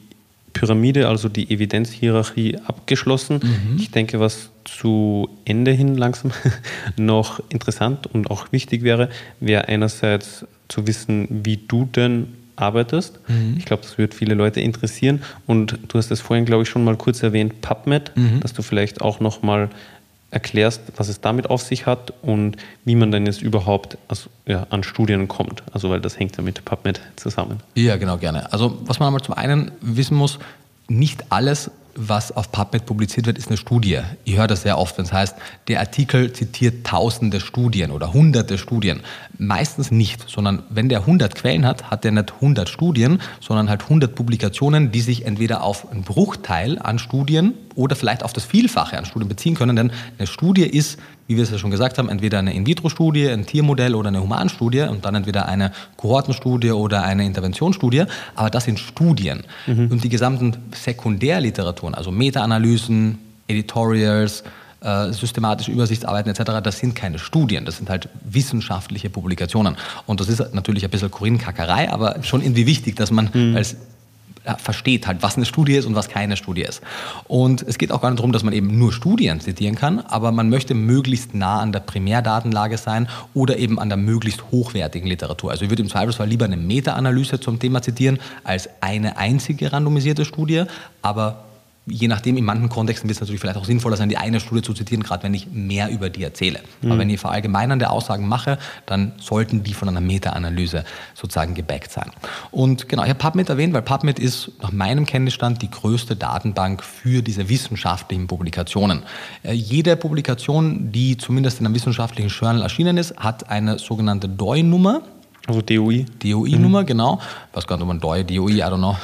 Pyramide, also die Evidenzhierarchie, abgeschlossen. Mhm. Ich denke, was zu Ende hin langsam noch interessant und auch wichtig wäre, wäre einerseits zu wissen, wie du denn arbeitest. Mhm. Ich glaube, das wird viele Leute interessieren. Und du hast es vorhin, glaube ich, schon mal kurz erwähnt, PubMed, mhm. dass du vielleicht auch noch mal erklärst, was es damit auf sich hat und wie man dann jetzt überhaupt also, ja, an Studien kommt. Also weil das hängt ja mit PubMed zusammen. Ja, genau, gerne. Also was man einmal zum einen wissen muss, nicht alles, was auf PubMed publiziert wird, ist eine Studie. Ich höre das sehr oft, wenn es heißt, der Artikel zitiert tausende Studien oder hunderte Studien. Meistens nicht, sondern wenn der hundert Quellen hat, hat der nicht hundert Studien, sondern halt hundert Publikationen, die sich entweder auf einen Bruchteil an Studien oder vielleicht auf das Vielfache an Studien beziehen können. Denn eine Studie ist, wie wir es ja schon gesagt haben, entweder eine In-vitro-Studie, ein Tiermodell oder eine Humanstudie und dann entweder eine Kohortenstudie oder eine Interventionsstudie. Aber das sind Studien. Mhm. Und die gesamten Sekundärliteraturen, also Meta-Analysen, Editorials, äh, systematische Übersichtsarbeiten et cetera, das sind keine Studien, das sind halt wissenschaftliche Publikationen. Und das ist natürlich ein bisschen Korinnenkackerei, aber schon irgendwie wichtig, dass man mhm. als versteht halt, was eine Studie ist und was keine Studie ist. Und es geht auch gar nicht darum, dass man eben nur Studien zitieren kann, aber man möchte möglichst nah an der Primärdatenlage sein oder eben an der möglichst hochwertigen Literatur. Also ich würde im Zweifelsfall lieber eine Meta-Analyse zum Thema zitieren als eine einzige randomisierte Studie, aber je nachdem, in manchen Kontexten wird es natürlich vielleicht auch sinnvoller sein, die eine Studie zu zitieren, gerade wenn ich mehr über die erzähle. Mhm. Aber wenn ich verallgemeinernde Aussagen mache, dann sollten die von einer Meta-Analyse sozusagen gebackt sein. Und genau, ich habe PubMed erwähnt, weil PubMed ist nach meinem Kenntnisstand die größte Datenbank für diese wissenschaftlichen Publikationen. Äh, jede Publikation, die zumindest in einem wissenschaftlichen Journal erschienen ist, hat eine sogenannte D O I-Nummer. Also D O I. D O I-Nummer, mhm. genau. Ich weiß gar nicht, ob man D O I, D O I, I don't know.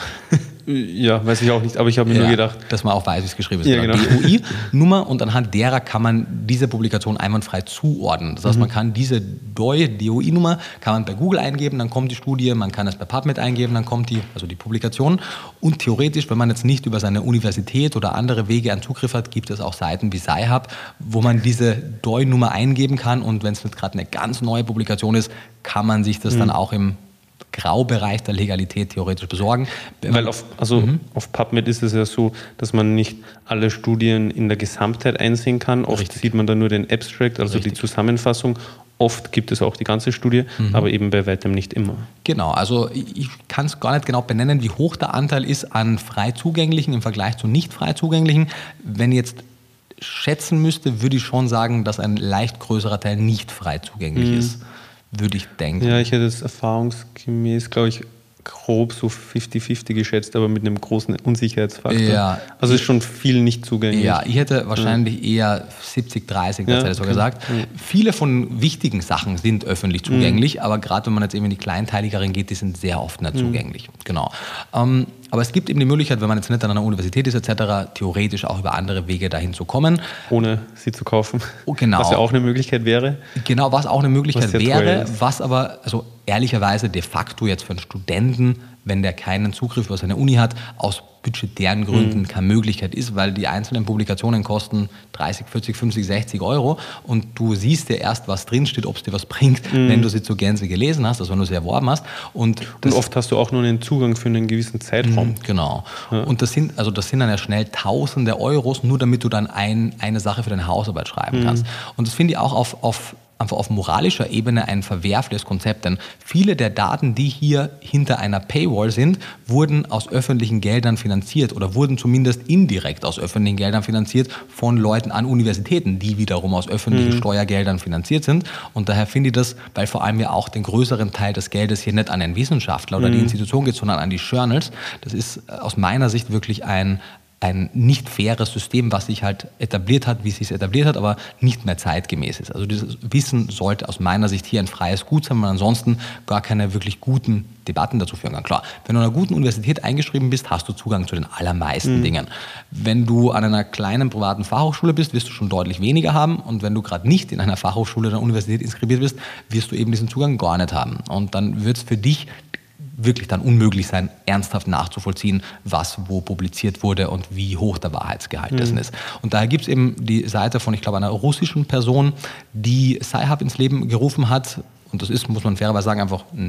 Ja, weiß ich auch nicht, aber ich habe mir ja, nur gedacht. Dass man auch weiß, wie es geschrieben ist. Ja, genau. D O I-Nummer und anhand derer kann man diese Publikation einwandfrei zuordnen. Das heißt, mhm. man kann diese D O I, D O I-Nummer kann man bei Google eingeben, dann kommt die Studie, man kann es bei PubMed eingeben, dann kommt die, also die Publikation. Und theoretisch, wenn man jetzt nicht über seine Universität oder andere Wege einen Zugriff hat, gibt es auch Seiten wie Sci-Hub, wo man diese D O I-Nummer eingeben kann und wenn es nicht gerade eine ganz neue Publikation ist, kann man sich das mhm. dann auch im Graubereich der Legalität theoretisch besorgen. Weil auf, also mhm. auf PubMed ist es ja so, dass man nicht alle Studien in der Gesamtheit einsehen kann. Oft Richtig. Sieht man dann nur den Abstract, also Richtig. Die Zusammenfassung. Oft gibt es auch die ganze Studie, mhm. aber eben bei weitem nicht immer. Genau, also ich kann es gar nicht genau benennen, wie hoch der Anteil ist an frei zugänglichen im Vergleich zu nicht frei zugänglichen. Wenn ich jetzt schätzen müsste, würde ich schon sagen, dass ein leicht größerer Teil nicht frei zugänglich mhm. ist. Würde ich denken. Ja, ich hätte es erfahrungsgemäß, glaube ich, grob so fünfzig fünfzig geschätzt, aber mit einem großen Unsicherheitsfaktor. Ja. Also ist schon viel nicht zugänglich. Ja, ich hätte wahrscheinlich ja. eher siebzig dreißig, das ja, hätte ich so okay. gesagt. Ja. Viele von wichtigen Sachen sind öffentlich zugänglich, mhm. aber gerade wenn man jetzt eben in die kleinteiligeren geht, die sind sehr oft nicht mhm. zugänglich. Genau. Ähm, aber es gibt eben die Möglichkeit, wenn man jetzt nicht an einer Universität ist et cetera, theoretisch auch über andere Wege dahin zu kommen. Ohne sie zu kaufen. Oh, genau. Was ja auch eine Möglichkeit wäre. Genau, was auch eine Möglichkeit wäre, was aber also ehrlicherweise de facto jetzt für einen Studenten, wenn der keinen Zugriff über seine Uni hat, aus budgetären Gründen mhm. keine Möglichkeit ist, weil die einzelnen Publikationen kosten dreißig, vierzig, fünfzig, sechzig Euro und du siehst ja erst, was drinsteht, ob es dir was bringt, mhm. wenn du sie zur Gänze gelesen hast, also wenn du sie erworben hast. Und, und oft hast du auch nur einen Zugang für einen gewissen Zeitraum. Mhm, genau. Ja. Und das sind, also das sind dann ja schnell tausende Euros, nur damit du dann ein, eine Sache für deine Hausarbeit schreiben mhm. kannst. Und das finde ich auch auf, auf einfach auf moralischer Ebene ein verwerfliches Konzept, denn viele der Daten, die hier hinter einer Paywall sind, wurden aus öffentlichen Geldern finanziert oder wurden zumindest indirekt aus öffentlichen Geldern finanziert von Leuten an Universitäten, die wiederum aus öffentlichen mhm. Steuergeldern finanziert sind. Und daher finde ich das, weil vor allem ja auch den größeren Teil des Geldes hier nicht an den Wissenschaftler oder mhm. die Institution geht, sondern an die Journals. Das ist aus meiner Sicht wirklich ein ein nicht faires System, was sich halt etabliert hat, wie es sich etabliert hat, aber nicht mehr zeitgemäß ist. Also dieses Wissen sollte aus meiner Sicht hier ein freies Gut sein, weil ansonsten gar keine wirklich guten Debatten dazu führen kann. Klar, wenn du an einer guten Universität eingeschrieben bist, hast du Zugang zu den allermeisten mhm. Dingen. Wenn du an einer kleinen privaten Fachhochschule bist, wirst du schon deutlich weniger haben und wenn du gerade nicht in einer Fachhochschule oder Universität inskribiert bist, wirst du eben diesen Zugang gar nicht haben. Und dann wird es für dich wirklich dann unmöglich sein, ernsthaft nachzuvollziehen, was wo publiziert wurde und wie hoch der Wahrheitsgehalt mhm. dessen ist. Und daher gibt es eben die Seite von, ich glaube, einer russischen Person, die Sci-Hub ins Leben gerufen hat. Und das ist, muss man fairerweise sagen, einfach ein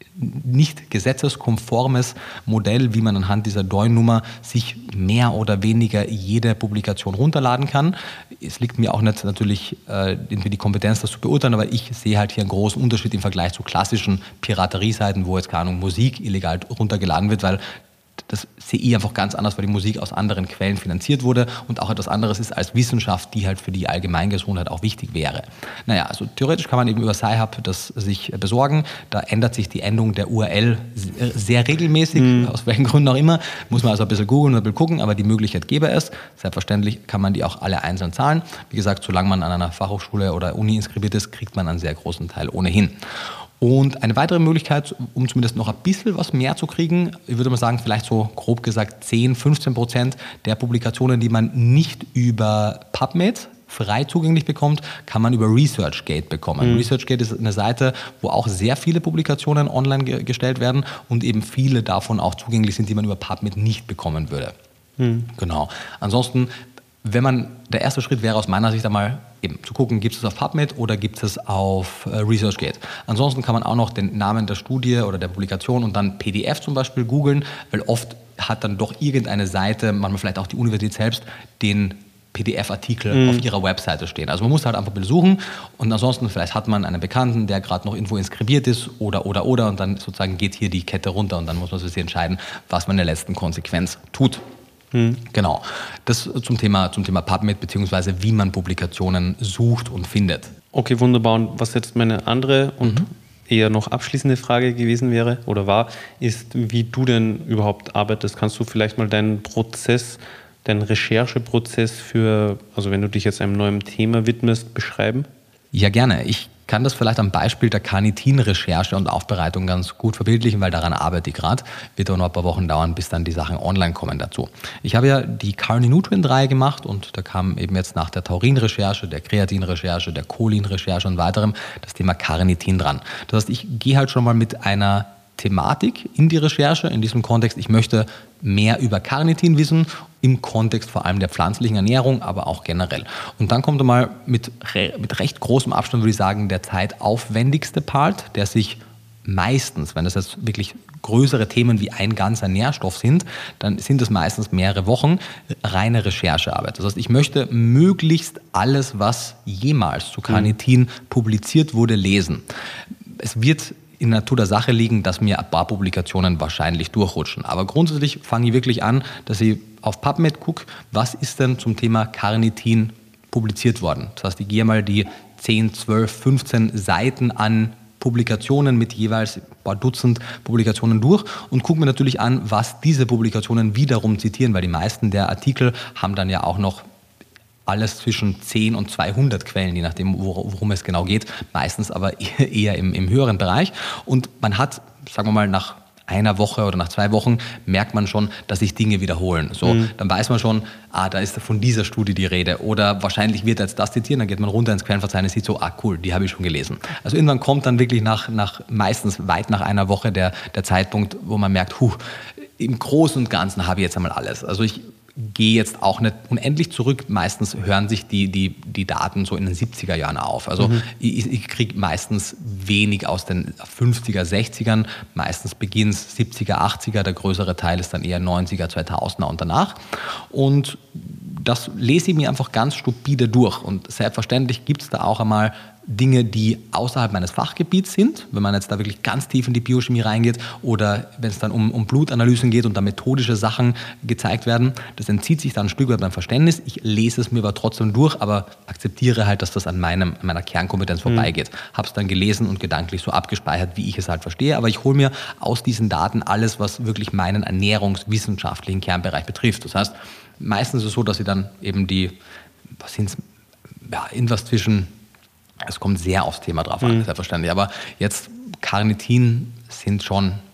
nicht gesetzeskonformes Modell, wie man anhand dieser D O I-Nummer sich mehr oder weniger jede Publikation runterladen kann. Es liegt mir auch nicht natürlich äh, irgendwie die Kompetenz, das zu beurteilen, aber ich sehe halt hier einen großen Unterschied im Vergleich zu klassischen Piraterieseiten, wo jetzt, keine Ahnung, Musik illegal runtergeladen wird, weil das sehe ich einfach ganz anders, weil die Musik aus anderen Quellen finanziert wurde und auch etwas anderes ist als Wissenschaft, die halt für die Allgemeingesundheit auch wichtig wäre. Naja, also theoretisch kann man eben über Sci-Hub das sich besorgen. Da ändert sich die Endung der U R L sehr regelmäßig, mhm. aus welchen Gründen auch immer. Muss man also ein bisschen googeln und ein bisschen gucken, aber die Möglichkeit gäbe es. Selbstverständlich kann man die auch alle einzeln zahlen. Wie gesagt, solange man an einer Fachhochschule oder Uni inskribiert ist, kriegt man einen sehr großen Teil ohnehin. Und eine weitere Möglichkeit, um zumindest noch ein bisschen was mehr zu kriegen, ich würde mal sagen, vielleicht so grob gesagt zehn, fünfzehn Prozent der Publikationen, die man nicht über PubMed frei zugänglich bekommt, kann man über ResearchGate bekommen. Mhm. ResearchGate ist eine Seite, wo auch sehr viele Publikationen online ge- gestellt werden und eben viele davon auch zugänglich sind, die man über PubMed nicht bekommen würde. Mhm. Genau. Ansonsten, wenn man, der erste Schritt wäre aus meiner Sicht einmal eben zu gucken, gibt es auf PubMed oder gibt es auf äh, ResearchGate. Ansonsten kann man auch noch den Namen der Studie oder der Publikation und dann P D F zum Beispiel googeln, weil oft hat dann doch irgendeine Seite, manchmal vielleicht auch die Universität selbst, den P D F-Artikel mhm. auf ihrer Webseite stehen. Also man muss halt einfach besuchen und ansonsten vielleicht hat man einen Bekannten, der gerade noch irgendwo inskribiert ist oder, oder, oder und dann sozusagen geht hier die Kette runter und dann muss man sich entscheiden, was man in der letzten Konsequenz tut. Hm. Genau, das zum Thema, zum Thema PubMed beziehungsweise wie man Publikationen sucht und findet. Okay, wunderbar. Und was jetzt meine andere und mhm. eher noch abschließende Frage gewesen wäre oder war, ist, wie du denn überhaupt arbeitest. Kannst du vielleicht mal deinen Prozess, deinen Rechercheprozess für, also wenn du dich jetzt einem neuen Thema widmest, beschreiben? Ja, gerne. Ich kann das vielleicht am Beispiel der Carnitin-Recherche und Aufbereitung ganz gut verbildlichen, weil daran arbeite ich gerade. Wird auch noch ein paar Wochen dauern, bis dann die Sachen online kommen dazu. Ich habe ja die Carninutrient-Reihe gemacht und da kam eben jetzt nach der Taurin-Recherche, der Kreatin-Recherche, der Cholin-Recherche und weiterem das Thema Carnitin dran. Das heißt, ich gehe halt schon mal mit einer Thematik in die Recherche, in diesem Kontext, ich möchte mehr über Carnitin wissen, im Kontext vor allem der pflanzlichen Ernährung, aber auch generell. Und dann kommt einmal mit, re- mit recht großem Abstand, würde ich sagen, der zeitaufwendigste Part, der sich meistens, wenn das jetzt wirklich größere Themen wie ein ganzer Nährstoff sind, dann sind es meistens mehrere Wochen reine Recherchearbeit. Das heißt, ich möchte möglichst alles, was jemals zu Carnitin mhm. publiziert wurde, lesen. Es wird in der Natur der Sache liegen, dass mir ein paar Publikationen wahrscheinlich durchrutschen. Aber grundsätzlich fange ich wirklich an, dass ich auf PubMed gucke, was ist denn zum Thema Carnitin publiziert worden. Das heißt, ich gehe mal die zehn, zwölf, fünfzehn Seiten an Publikationen mit jeweils ein paar Dutzend Publikationen durch und gucke mir natürlich an, was diese Publikationen wiederum zitieren, weil die meisten der Artikel haben dann ja auch noch alles zwischen zehn und zweihundert Quellen, je nachdem, worum es genau geht, meistens aber eher im, im höheren Bereich. Und man hat, sagen wir mal, nach einer Woche oder nach zwei Wochen merkt man schon, dass sich Dinge wiederholen. So, mhm. Dann weiß man schon, ah, da ist von dieser Studie die Rede oder wahrscheinlich wird er jetzt das zitieren, dann geht man runter ins Quellenverzeichnis, sieht so, ah cool, die habe ich schon gelesen. Also irgendwann kommt dann wirklich nach, nach meistens weit nach einer Woche der, der Zeitpunkt, wo man merkt, huh, im Großen und Ganzen habe ich jetzt einmal alles. Also ich gehe jetzt auch nicht unendlich zurück. Meistens hören sich die, die, die Daten so in den siebziger Jahren auf. Also mhm. ich, ich kriege meistens wenig aus den fünfziger, sechzigern, meistens beginnt es siebziger, achtziger, der größere Teil ist dann eher neunziger, zweitausender und danach. Und das lese ich mir einfach ganz stupide durch. Und selbstverständlich gibt es da auch einmal Dinge, die außerhalb meines Fachgebiets sind, wenn man jetzt da wirklich ganz tief in die Biochemie reingeht oder wenn es dann um, um Blutanalysen geht und da methodische Sachen gezeigt werden, das entzieht sich dann ein Stück weit beim Verständnis. Ich lese es mir aber trotzdem durch, aber akzeptiere halt, dass das an, meinem, an meiner Kernkompetenz vorbeigeht. Mhm. Habe es dann gelesen und gedanklich so abgespeichert, wie ich es halt verstehe, aber ich hole mir aus diesen Daten alles, was wirklich meinen ernährungswissenschaftlichen Kernbereich betrifft. Das heißt, meistens ist es so, dass sie dann eben die, was sind es, ja, irgendwas zwischen, es kommt sehr aufs Thema drauf an, mhm. selbstverständlich. Aber jetzt Carnitin sind schon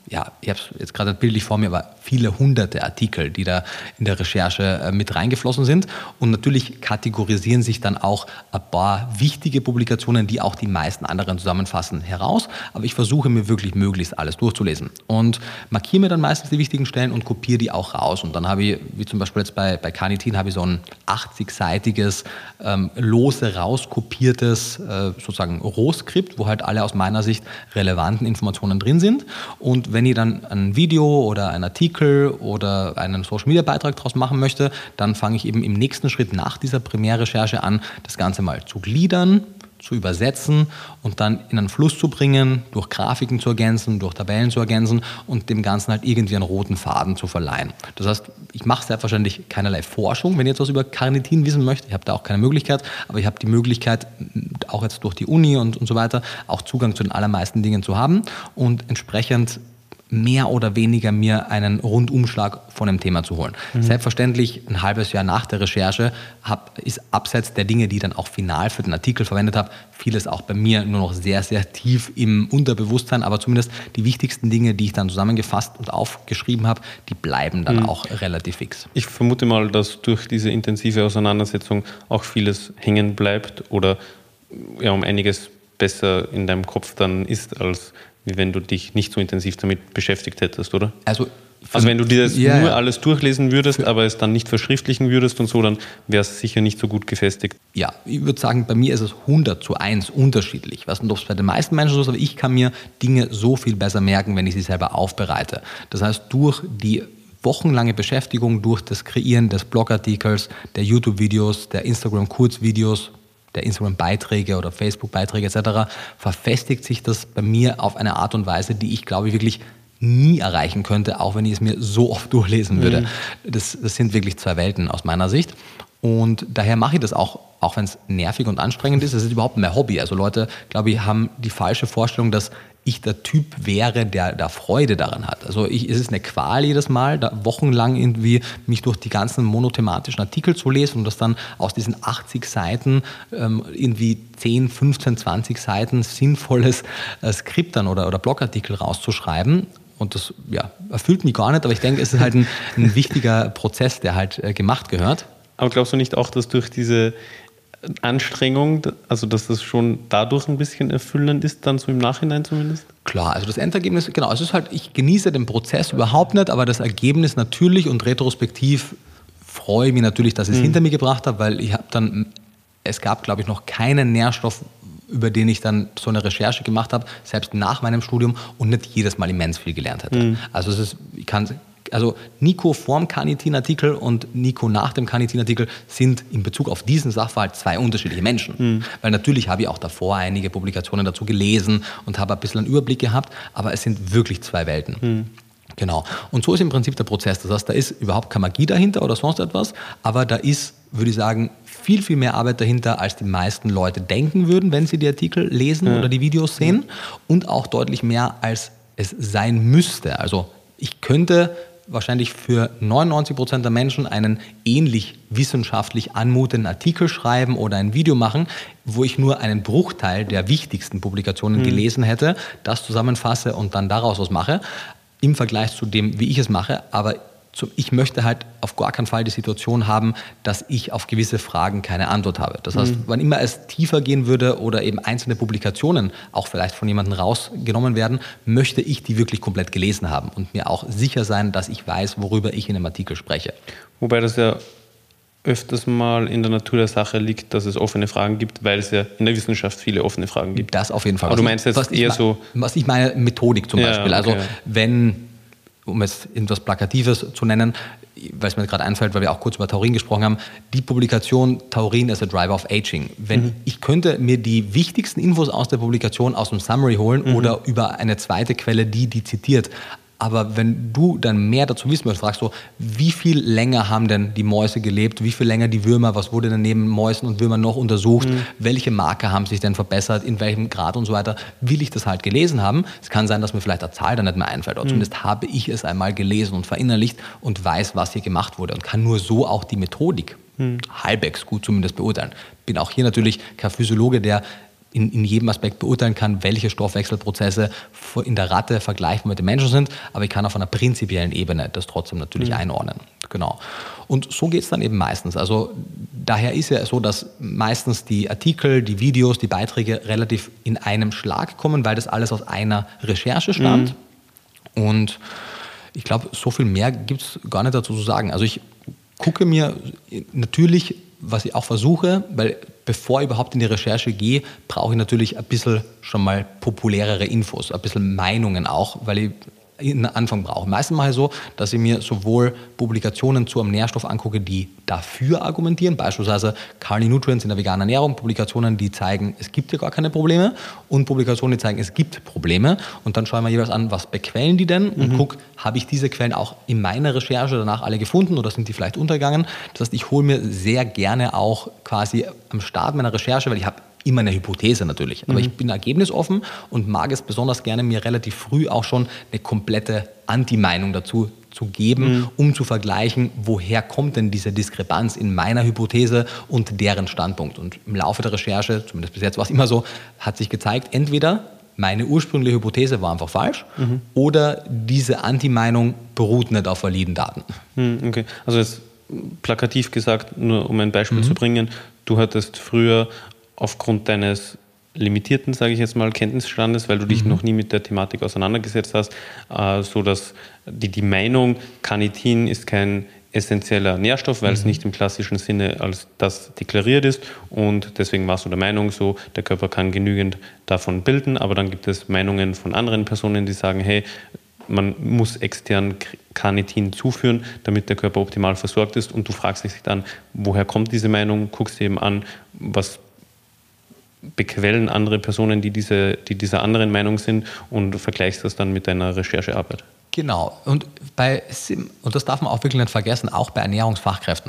ja, ich habe es jetzt gerade bildlich vor mir, aber viele hunderte Artikel, die da in der Recherche äh, mit reingeflossen sind. Und natürlich kategorisieren sich dann auch ein paar wichtige Publikationen, die auch die meisten anderen zusammenfassen, heraus. Aber ich versuche mir wirklich möglichst alles durchzulesen und markiere mir dann meistens die wichtigen Stellen und kopiere die auch raus. Und dann habe ich, wie zum Beispiel jetzt bei, bei Carnitin, habe ich so ein achtzig-seitiges, ähm, lose rauskopiertes äh, sozusagen Rohskript, wo halt alle aus meiner Sicht relevanten Informationen drin sind. Und wenn ich dann ein Video oder einen Artikel oder einen Social-Media-Beitrag daraus machen möchte, dann fange ich eben im nächsten Schritt nach dieser Primärrecherche an, das Ganze mal zu gliedern, zu übersetzen und dann in einen Fluss zu bringen, durch Grafiken zu ergänzen, durch Tabellen zu ergänzen und dem Ganzen halt irgendwie einen roten Faden zu verleihen. Das heißt, ich mache selbstverständlich keinerlei Forschung, wenn ich jetzt was über Carnitin wissen möchte. Ich habe da auch keine Möglichkeit, aber ich habe die Möglichkeit, auch jetzt durch die Uni und, und so weiter, auch Zugang zu den allermeisten Dingen zu haben und entsprechend mehr oder weniger mir einen Rundumschlag von dem Thema zu holen. Mhm. Selbstverständlich, ein halbes Jahr nach der Recherche hab, ist abseits der Dinge, die ich dann auch final für den Artikel verwendet habe, vieles auch bei mir nur noch sehr, sehr tief im Unterbewusstsein, aber zumindest die wichtigsten Dinge, die ich dann zusammengefasst und aufgeschrieben habe, die bleiben dann mhm. auch relativ fix. Ich vermute mal, dass durch diese intensive Auseinandersetzung auch vieles hängen bleibt oder ja, um einiges besser in deinem Kopf dann ist, als wie wenn du dich nicht so intensiv damit beschäftigt hättest, oder? Also, also wenn du dir das ja, nur ja. alles durchlesen würdest, aber es dann nicht verschriftlichen würdest und so, dann wäre es sicher nicht so gut gefestigt. Ja, ich würde sagen, bei mir ist es hundert zu eins unterschiedlich. Ich weiß nicht, ob es bei den meisten Menschen so ist, aber ich kann mir Dinge so viel besser merken, wenn ich sie selber aufbereite. Das heißt, durch die wochenlange Beschäftigung, durch das Kreieren des Blogartikels, der YouTube-Videos, der Instagram-Kurzvideos, der Instagram-Beiträge oder Facebook-Beiträge et cetera, verfestigt sich das bei mir auf eine Art und Weise, die ich, glaube ich, wirklich nie erreichen könnte, auch wenn ich es mir so oft durchlesen würde. Mhm. Das, das sind wirklich zwei Welten aus meiner Sicht. Und daher mache ich das auch, auch wenn es nervig und anstrengend ist. Das ist überhaupt mein Hobby. Also Leute, glaube ich, haben die falsche Vorstellung, dass ich der Typ wäre, der da Freude daran hat. Also ich, es ist eine Qual jedes Mal, da wochenlang irgendwie mich durch die ganzen monothematischen Artikel zu lesen und das dann aus diesen achtzig Seiten ähm, irgendwie zehn, fünfzehn, zwanzig Seiten sinnvolles äh, Skript dann oder, oder Blogartikel rauszuschreiben. Und das ja, erfüllt mich gar nicht, aber ich denke, es ist halt ein, ein wichtiger Prozess, der halt äh, gemacht gehört. Aber glaubst du nicht auch, dass durch diese Anstrengung, also dass das schon dadurch ein bisschen erfüllend ist, dann so im Nachhinein zumindest? Klar, also das Endergebnis, genau, es ist halt, ich genieße den Prozess überhaupt nicht, aber das Ergebnis natürlich und retrospektiv freue ich mich natürlich, dass ich es mhm. hinter mir gebracht habe, weil ich habe dann, es gab, glaube ich, noch keinen Nährstoff, über den ich dann so eine Recherche gemacht habe, selbst nach meinem Studium und nicht jedes Mal immens viel gelernt hätte. Mhm. Also es ist, ich kann Also Nico vorm Carnitin-Artikel und Nico nach dem Carnitin-Artikel sind in Bezug auf diesen Sachverhalt zwei unterschiedliche Menschen. Mhm. Weil natürlich habe ich auch davor einige Publikationen dazu gelesen und habe ein bisschen einen Überblick gehabt, aber es sind wirklich zwei Welten. Mhm. Genau. Und so ist im Prinzip der Prozess. Das heißt, da ist überhaupt keine Magie dahinter oder sonst etwas, aber da ist, würde ich sagen, viel, viel mehr Arbeit dahinter, als die meisten Leute denken würden, wenn sie die Artikel lesen ja. oder die Videos sehen. Ja. Und auch deutlich mehr, als es sein müsste. Also ich könnte wahrscheinlich für neunundneunzig Prozent der Menschen einen ähnlich wissenschaftlich anmutenden Artikel schreiben oder ein Video machen, wo ich nur einen Bruchteil der wichtigsten Publikationen mhm. gelesen hätte, das zusammenfasse und dann daraus was mache, im Vergleich zu dem, wie ich es mache. Aber ich möchte halt auf gar keinen Fall die Situation haben, dass ich auf gewisse Fragen keine Antwort habe. Das heißt, mhm. wann immer es tiefer gehen würde oder eben einzelne Publikationen auch vielleicht von jemandem rausgenommen werden, möchte ich die wirklich komplett gelesen haben und mir auch sicher sein, dass ich weiß, worüber ich in einem Artikel spreche. Wobei das ja öfters mal in der Natur der Sache liegt, dass es offene Fragen gibt, weil es ja in der Wissenschaft viele offene Fragen gibt. Das auf jeden Fall. Aber du meinst jetzt eher ich, so... Was ich meine, Methodik zum ja, Beispiel. Okay. Also wenn... um es etwas Plakatives zu nennen, weil es mir gerade einfällt, weil wir auch kurz über Taurin gesprochen haben, die Publikation Taurin as a Driver of Aging. Wenn mhm. ich könnte mir die wichtigsten Infos aus der Publikation aus dem Summary holen mhm. oder über eine zweite Quelle, die die zitiert. Aber wenn du dann mehr dazu wissen möchtest, fragst du, wie viel länger haben denn die Mäuse gelebt, wie viel länger die Würmer, was wurde denn neben Mäusen und Würmern noch untersucht, mhm. welche Marker haben sich denn verbessert, in welchem Grad und so weiter, will ich das halt gelesen haben. Es kann sein, dass mir vielleicht eine Zahl dann nicht mehr einfällt, aber mhm. zumindest habe ich es einmal gelesen und verinnerlicht und weiß, was hier gemacht wurde und kann nur so auch die Methodik mhm. halbwegs gut zumindest beurteilen. Bin auch hier natürlich kein Physiologe, der in, in jedem Aspekt beurteilen kann, welche Stoffwechselprozesse in der Ratte vergleichbar mit den Menschen sind, aber ich kann auf einer prinzipiellen Ebene das trotzdem natürlich mhm. einordnen. Genau. Und so geht es dann eben meistens. Also daher ist ja so, dass meistens die Artikel, die Videos, die Beiträge relativ in einem Schlag kommen, weil das alles aus einer Recherche stammt. Mhm. Und ich glaube, so viel mehr gibt es gar nicht dazu zu sagen. Also ich gucke mir natürlich, was ich auch versuche, weil bevor ich überhaupt in die Recherche gehe, brauche ich natürlich ein bisschen schon mal populärere Infos, ein bisschen Meinungen auch, weil ich einen Anfang brauche. Meistens mache ich so, dass ich mir sowohl Publikationen zu einem Nährstoff angucke, die dafür argumentieren, beispielsweise Carni Nutrients in der veganen Ernährung, Publikationen, die zeigen, es gibt ja gar keine Probleme, und Publikationen, die zeigen, es gibt Probleme, und dann schaue ich mir jeweils an, was bequellen die denn, und mhm. gucke, habe ich diese Quellen auch in meiner Recherche danach alle gefunden oder sind die vielleicht untergegangen. Das heißt, ich hole mir sehr gerne auch quasi am Start meiner Recherche, weil ich habe immer eine Hypothese natürlich, aber mhm. ich bin ergebnisoffen und mag es besonders gerne, mir relativ früh auch schon eine komplette Anti-Meinung dazu zu geben, mhm. um zu vergleichen, woher kommt denn diese Diskrepanz in meiner Hypothese und deren Standpunkt. Und im Laufe der Recherche, zumindest bis jetzt war es immer so, hat sich gezeigt, entweder meine ursprüngliche Hypothese war einfach falsch mhm. oder diese Anti-Meinung beruht nicht auf validen Daten. Mhm, okay, also jetzt plakativ gesagt, nur um ein Beispiel mhm. zu bringen, du hattest früher aufgrund deines limitierten, sage ich jetzt mal, Kenntnisstandes, weil du dich mhm. noch nie mit der Thematik auseinandergesetzt hast, äh, so dass die, die Meinung, Carnitin ist kein essentieller Nährstoff, weil mhm. es nicht im klassischen Sinne als das deklariert ist, und deswegen warst du der Meinung, so der Körper kann genügend davon bilden, aber dann gibt es Meinungen von anderen Personen, die sagen, hey, man muss extern Carnitin zuführen, damit der Körper optimal versorgt ist, und du fragst dich dann, woher kommt diese Meinung, guckst dir eben an, was bequellen andere Personen, die, diese, die dieser anderen Meinung sind, und vergleichst das dann mit deiner Recherchearbeit. Genau. Und, bei, und das darf man auch wirklich nicht vergessen, auch bei Ernährungsfachkräften.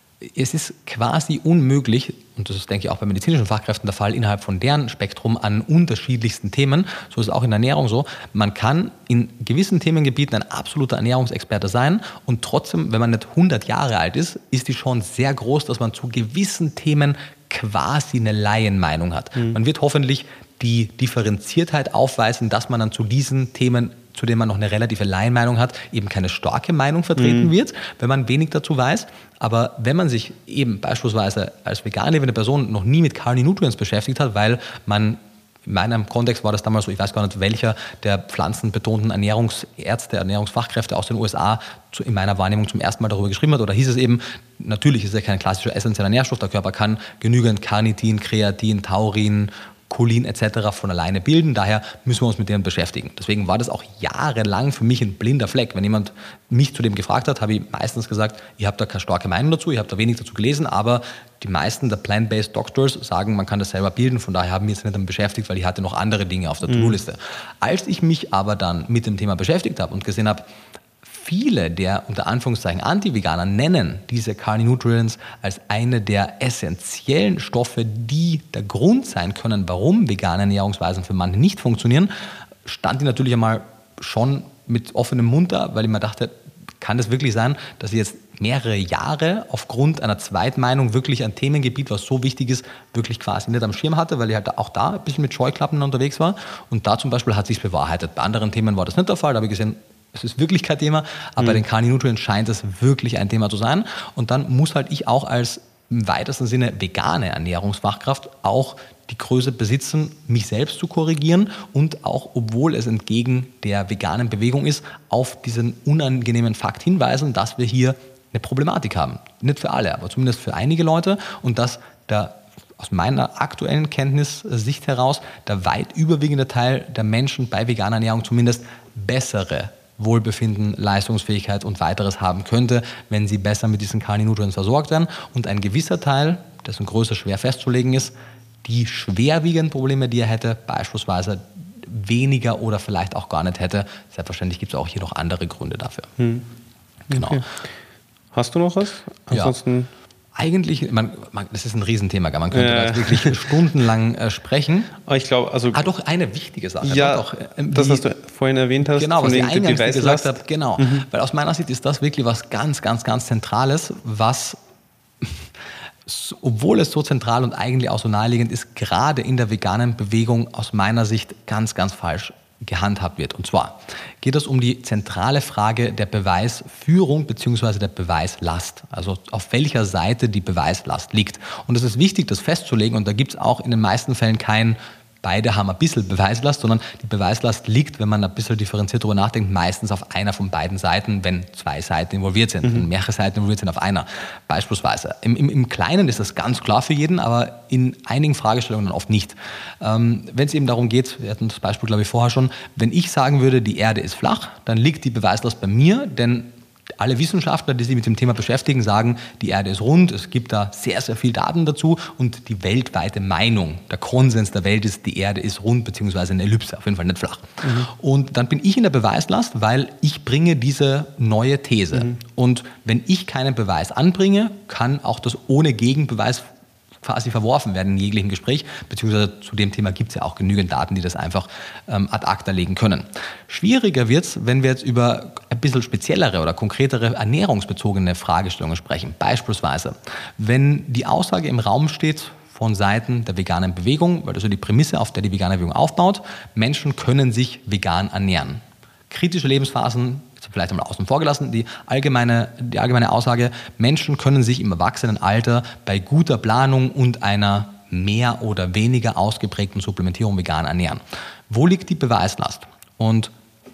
Es ist quasi unmöglich, und das ist, denke ich, auch bei medizinischen Fachkräften der Fall, innerhalb von deren Spektrum an unterschiedlichsten Themen, so ist es auch in der Ernährung so, man kann in gewissen Themengebieten ein absoluter Ernährungsexperte sein, und trotzdem, wenn man nicht hundert Jahre alt ist, ist die Chance sehr groß, dass man zu gewissen Themen quasi eine Laienmeinung hat. Mhm. Man wird hoffentlich die Differenziertheit aufweisen, dass man dann zu diesen Themen, zu denen man noch eine relative Laienmeinung hat, eben keine starke Meinung vertreten mhm. wird, wenn man wenig dazu weiß. Aber wenn man sich eben beispielsweise als vegan lebende Person noch nie mit Carni Nutrients beschäftigt hat, weil man, in meinem Kontext war das damals so, ich weiß gar nicht, welcher der pflanzenbetonten Ernährungsärzte, Ernährungsfachkräfte aus den U S A zu, in meiner Wahrnehmung zum ersten Mal darüber geschrieben hat, oder hieß es eben, natürlich ist er kein klassischer essentieller Nährstoff, der Körper kann genügend Carnitin, Kreatin, Taurin, Cholin et cetera von alleine bilden, daher müssen wir uns mit denen beschäftigen. Deswegen war das auch jahrelang für mich ein blinder Fleck. Wenn jemand mich zu dem gefragt hat, habe ich meistens gesagt, ich habe da keine starke Meinung dazu, ich habe da wenig dazu gelesen, aber die meisten der Plant-Based Doctors sagen, man kann das selber bilden, von daher haben wir uns nicht damit beschäftigt, weil ich hatte noch andere Dinge auf der mhm. To-Do-Liste. Als ich mich aber dann mit dem Thema beschäftigt habe und gesehen habe, viele der unter Anführungszeichen Anti-Veganer nennen diese Carni Nutrients als eine der essentiellen Stoffe, die der Grund sein können, warum vegane Ernährungsweisen für manche nicht funktionieren, stand ich natürlich einmal schon mit offenem Mund da, weil ich mir dachte, kann das wirklich sein, dass ich jetzt mehrere Jahre aufgrund einer Zweitmeinung wirklich ein Themengebiet, was so wichtig ist, wirklich quasi nicht am Schirm hatte, weil ich halt auch da ein bisschen mit Scheuklappen unterwegs war, und da zum Beispiel hat es sich bewahrheitet. Bei anderen Themen war das nicht der Fall, da habe ich gesehen, es ist wirklich kein Thema, aber mhm. bei den Carni Nutrients scheint es wirklich ein Thema zu sein. Und dann muss halt ich auch als im weitesten Sinne vegane Ernährungsfachkraft auch die Größe besitzen, mich selbst zu korrigieren und auch, obwohl es entgegen der veganen Bewegung ist, auf diesen unangenehmen Fakt hinweisen, dass wir hier eine Problematik haben. Nicht für alle, aber zumindest für einige Leute, und dass der aus meiner aktuellen Kenntnissicht heraus der weit überwiegende Teil der Menschen bei veganer Ernährung zumindest bessere Wohlbefinden, Leistungsfähigkeit und weiteres haben könnte, wenn sie besser mit diesen Carni Nutrients versorgt werden. Und ein gewisser Teil, dessen Größe schwer festzulegen ist, die schwerwiegenden Probleme, die er hätte, beispielsweise weniger oder vielleicht auch gar nicht hätte. Selbstverständlich gibt es auch hier noch andere Gründe dafür. Hm. Genau. Okay. Hast du noch was? Ansonsten ja. Eigentlich, man, man, das ist ein Riesenthema, man könnte ja. da jetzt wirklich stundenlang äh, sprechen. Aber ich glaube, also... Ah, doch, eine wichtige Sache. Ja, doch, äh, das, was du vorhin erwähnt hast. Genau, was ich eingangs gesagt habe. Genau, mhm. weil aus meiner Sicht ist das wirklich was ganz, ganz, ganz Zentrales, was obwohl es so zentral und eigentlich auch so naheliegend ist, gerade in der veganen Bewegung aus meiner Sicht ganz, ganz falsch gehandhabt wird. Und zwar geht es um die zentrale Frage der Beweisführung bzw. der Beweislast, also auf welcher Seite die Beweislast liegt. Und es ist wichtig, das festzulegen, und da gibt es auch in den meisten Fällen kein beide haben ein bisschen Beweislast, sondern die Beweislast liegt, wenn man ein bisschen differenziert darüber nachdenkt, meistens auf einer von beiden Seiten, wenn zwei Seiten involviert sind, mhm. wenn mehrere Seiten involviert sind auf einer, beispielsweise. Im, im, Im Kleinen ist das ganz klar für jeden, aber in einigen Fragestellungen oft nicht. Ähm, wenn es eben darum geht, wir hatten das Beispiel, glaube ich, vorher schon, wenn ich sagen würde, die Erde ist flach, dann liegt die Beweislast bei mir, denn alle Wissenschaftler, die sich mit dem Thema beschäftigen, sagen, die Erde ist rund, es gibt da sehr, sehr viel Daten dazu und die weltweite Meinung, der Konsens der Welt ist, die Erde ist rund bzw. eine Ellipse, auf jeden Fall nicht flach. Mhm. Und dann bin ich in der Beweislast, weil ich bringe diese neue These. Mhm. Und wenn ich keinen Beweis anbringe, kann auch das ohne Gegenbeweis quasi verworfen werden in jeglichem Gespräch, beziehungsweise zu dem Thema gibt es ja auch genügend Daten, die das einfach ähm, ad acta legen können. Schwieriger wird es, wenn wir jetzt über ein bisschen speziellere oder konkretere ernährungsbezogene Fragestellungen sprechen. Beispielsweise, wenn die Aussage im Raum steht von Seiten der veganen Bewegung, weil das ist ja die Prämisse, auf der die vegane Bewegung aufbaut, Menschen können sich vegan ernähren. Kritische Lebensphasen, vielleicht einmal außen vor gelassen, die allgemeine, die allgemeine Aussage, Menschen können sich im Erwachsenenalter bei guter Planung und einer mehr oder weniger ausgeprägten Supplementierung vegan ernähren. Wo liegt die Beweislast? Und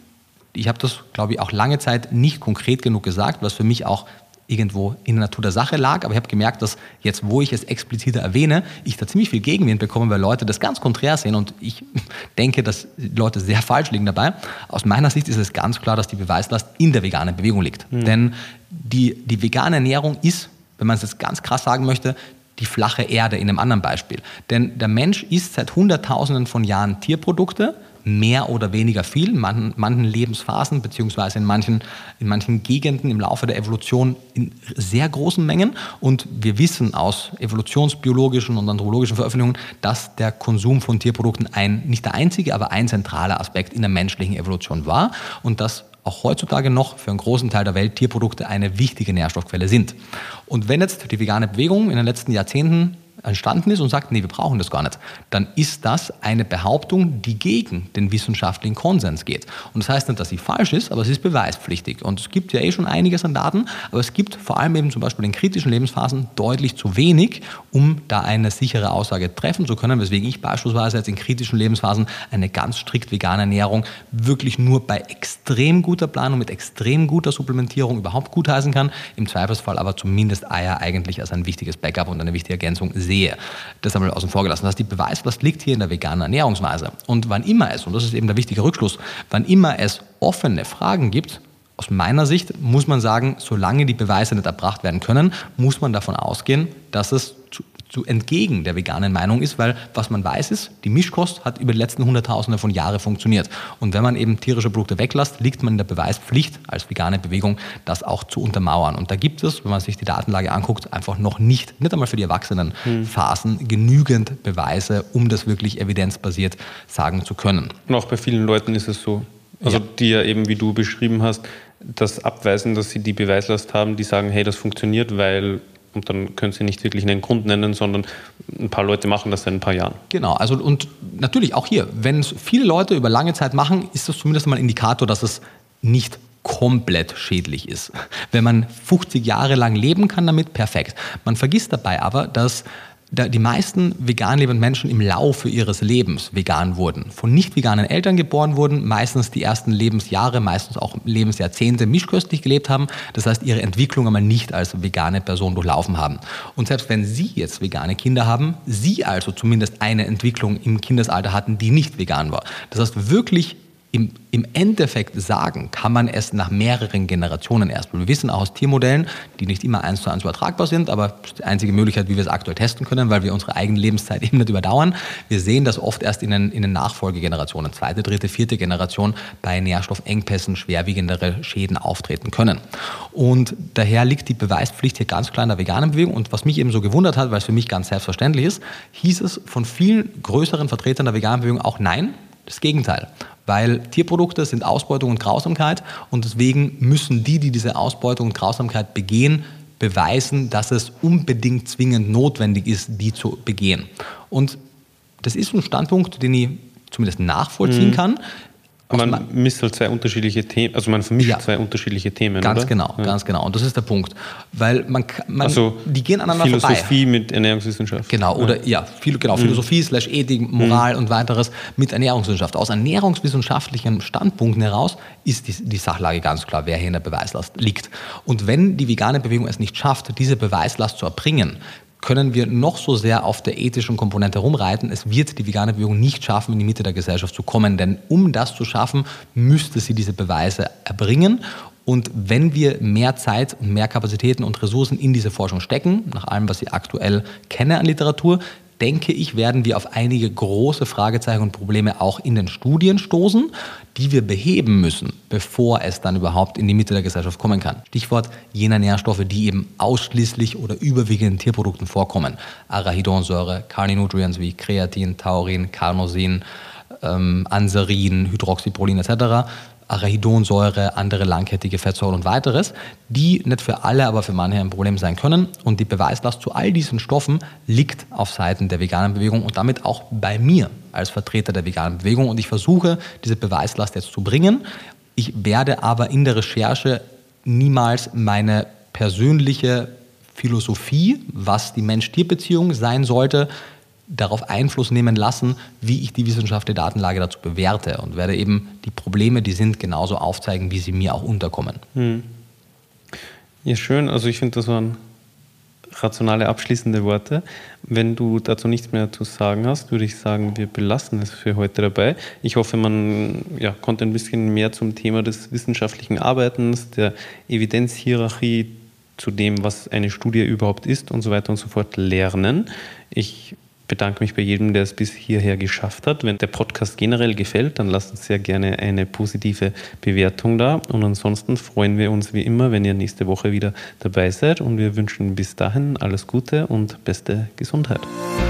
ich habe das, glaube ich, auch lange Zeit nicht konkret genug gesagt, was für mich auch irgendwo in der Natur der Sache lag, aber ich habe gemerkt, dass jetzt, wo ich es expliziter erwähne, ich da ziemlich viel Gegenwind bekomme, weil Leute das ganz konträr sehen und ich denke, dass die Leute sehr falsch liegen dabei. Aus meiner Sicht ist es ganz klar, dass die Beweislast in der veganen Bewegung liegt. Mhm. Denn die, die vegane Ernährung ist, wenn man es jetzt ganz krass sagen möchte, die flache Erde in einem anderen Beispiel. Denn der Mensch isst seit Hunderttausenden von Jahren Tierprodukte, mehr oder weniger viel, in manchen, manchen Lebensphasen beziehungsweise in manchen, in manchen Gegenden im Laufe der Evolution in sehr großen Mengen. Und wir wissen aus evolutionsbiologischen und anthropologischen Veröffentlichungen, dass der Konsum von Tierprodukten ein, nicht der einzige, aber ein zentraler Aspekt in der menschlichen Evolution war und dass auch heutzutage noch für einen großen Teil der Welt Tierprodukte eine wichtige Nährstoffquelle sind. Und wenn jetzt die vegane Bewegung in den letzten Jahrzehnten entstanden ist und sagt, nee, wir brauchen das gar nicht, dann ist das eine Behauptung, die gegen den wissenschaftlichen Konsens geht. Und das heißt nicht, dass sie falsch ist, aber sie ist beweispflichtig. Und es gibt ja eh schon einiges an Daten, aber es gibt vor allem eben zum Beispiel in kritischen Lebensphasen deutlich zu wenig, um da eine sichere Aussage treffen zu können, weswegen ich beispielsweise jetzt in kritischen Lebensphasen eine ganz strikt vegane Ernährung wirklich nur bei extrem guter Planung, mit extrem guter Supplementierung überhaupt gutheißen kann, im Zweifelsfall aber zumindest Eier eigentlich als ein wichtiges Backup und eine wichtige Ergänzung sehe. Das haben wir außen vor gelassen. Das heißt, die Beweislast liegt hier in der veganen Ernährungsweise. Und wann immer es, und das ist eben der wichtige Rückschluss, wann immer es offene Fragen gibt, aus meiner Sicht muss man sagen, solange die Beweise nicht erbracht werden können, muss man davon ausgehen, dass es zu, zu entgegen der veganen Meinung ist, weil was man weiß ist, die Mischkost hat über die letzten Hunderttausende von Jahren funktioniert. Und wenn man eben tierische Produkte weglässt, liegt man in der Beweispflicht als vegane Bewegung, das auch zu untermauern. Und da gibt es, wenn man sich die Datenlage anguckt, einfach noch nicht, nicht einmal für die Erwachsenenphasen, hm. genügend Beweise, um das wirklich evidenzbasiert sagen zu können. Und auch bei vielen Leuten ist es so. Also ja. die ja eben, wie du beschrieben hast, das abweisen, dass sie die Beweislast haben, die sagen, hey, das funktioniert, weil... Und dann können Sie nicht wirklich einen Grund nennen, sondern ein paar Leute machen das seit ein paar Jahren. Genau, also und natürlich auch hier, wenn es viele Leute über lange Zeit machen, ist das zumindest mal ein Indikator, dass es nicht komplett schädlich ist. Wenn man fünfzig Jahre lang leben kann damit, perfekt. Man vergisst dabei aber, dass die meisten vegan lebenden Menschen im Laufe ihres Lebens vegan wurden. Von nicht veganen Eltern geboren wurden, meistens die ersten Lebensjahre, meistens auch Lebensjahrzehnte mischköstlich gelebt haben. Das heißt, ihre Entwicklung einmal nicht als vegane Person durchlaufen haben. Und selbst wenn Sie jetzt vegane Kinder haben, Sie also zumindest eine Entwicklung im Kindesalter hatten, die nicht vegan war. Das heißt, wirklich Im, Im Endeffekt sagen kann man es nach mehreren Generationen erst. Wir wissen auch aus Tiermodellen, die nicht immer eins zu eins übertragbar sind, aber das ist die einzige Möglichkeit, wie wir es aktuell testen können, weil wir unsere eigene Lebenszeit eben nicht überdauern. Wir sehen das oft erst in den, in den Nachfolgegenerationen, zweite, dritte, vierte Generation, bei Nährstoffengpässen schwerwiegendere Schäden auftreten können. Und daher liegt die Beweispflicht hier ganz klar in der veganen Bewegung. Und was mich eben so gewundert hat, weil es für mich ganz selbstverständlich ist, hieß es von vielen größeren Vertretern der veganen Bewegung auch nein, das Gegenteil. Weil Tierprodukte sind Ausbeutung und Grausamkeit und deswegen müssen die, die diese Ausbeutung und Grausamkeit begehen, beweisen, dass es unbedingt zwingend notwendig ist, die zu begehen. Und das ist ein Standpunkt, den ich zumindest nachvollziehen mhm. kann. Man misst halt zwei unterschiedliche Themen, also man vermischt ja, zwei unterschiedliche Themen, ganz oder? Genau, ja. ganz genau. Und das ist der Punkt. Weil man, man also die gehen aneinander Philosophie vorbei. Philosophie mit Ernährungswissenschaft. Genau, oder ja, ja viel, genau, mhm. Philosophie slash Ethik, Moral mhm. und weiteres mit Ernährungswissenschaft. Aus ernährungswissenschaftlichen Standpunkten heraus ist die, die Sachlage ganz klar, wer hier in der Beweislast liegt. Und wenn die vegane Bewegung es nicht schafft, diese Beweislast zu erbringen, können wir noch so sehr auf der ethischen Komponente rumreiten. Es wird die vegane Bewegung nicht schaffen, in die Mitte der Gesellschaft zu kommen. Denn um das zu schaffen, müsste sie diese Beweise erbringen. Und wenn wir mehr Zeit und mehr Kapazitäten und Ressourcen in diese Forschung stecken, nach allem, was ich aktuell kenne an Literatur, denke ich, werden wir auf einige große Fragezeichen und Probleme auch in den Studien stoßen, die wir beheben müssen, bevor es dann überhaupt in die Mitte der Gesellschaft kommen kann. Stichwort jener Nährstoffe, die eben ausschließlich oder überwiegend in Tierprodukten vorkommen. Arachidonsäure, Carninutrients wie Kreatin, Taurin, Carnosin, ähm, Anserin, Hydroxyprolin et cetera, Arachidonsäure, andere langkettige Fettsäuren und weiteres, die nicht für alle, aber für manche ein Problem sein können. Und die Beweislast zu all diesen Stoffen liegt auf Seiten der veganen Bewegung und damit auch bei mir als Vertreter der veganen Bewegung. Und ich versuche, diese Beweislast jetzt zu bringen. Ich werde aber in der Recherche niemals meine persönliche Philosophie, was die Mensch-Tier-Beziehung sein sollte, darauf Einfluss nehmen lassen, wie ich die wissenschaftliche Datenlage dazu bewerte und werde eben die Probleme, die sind, genauso aufzeigen, wie sie mir auch unterkommen. Hm. Ja, schön. Also ich finde, das waren rationale, abschließende Worte. Wenn du dazu nichts mehr zu sagen hast, würde ich sagen, wir belassen es für heute dabei. Ich hoffe, man ja, konnte ein bisschen mehr zum Thema des wissenschaftlichen Arbeitens, der Evidenzhierarchie, zu dem, was eine Studie überhaupt ist und so weiter und so fort lernen. Ich bedanke mich bei jedem, der es bis hierher geschafft hat. Wenn der Podcast generell gefällt, dann lasst uns sehr gerne eine positive Bewertung da. Und ansonsten freuen wir uns wie immer, wenn ihr nächste Woche wieder dabei seid. Und wir wünschen bis dahin alles Gute und beste Gesundheit.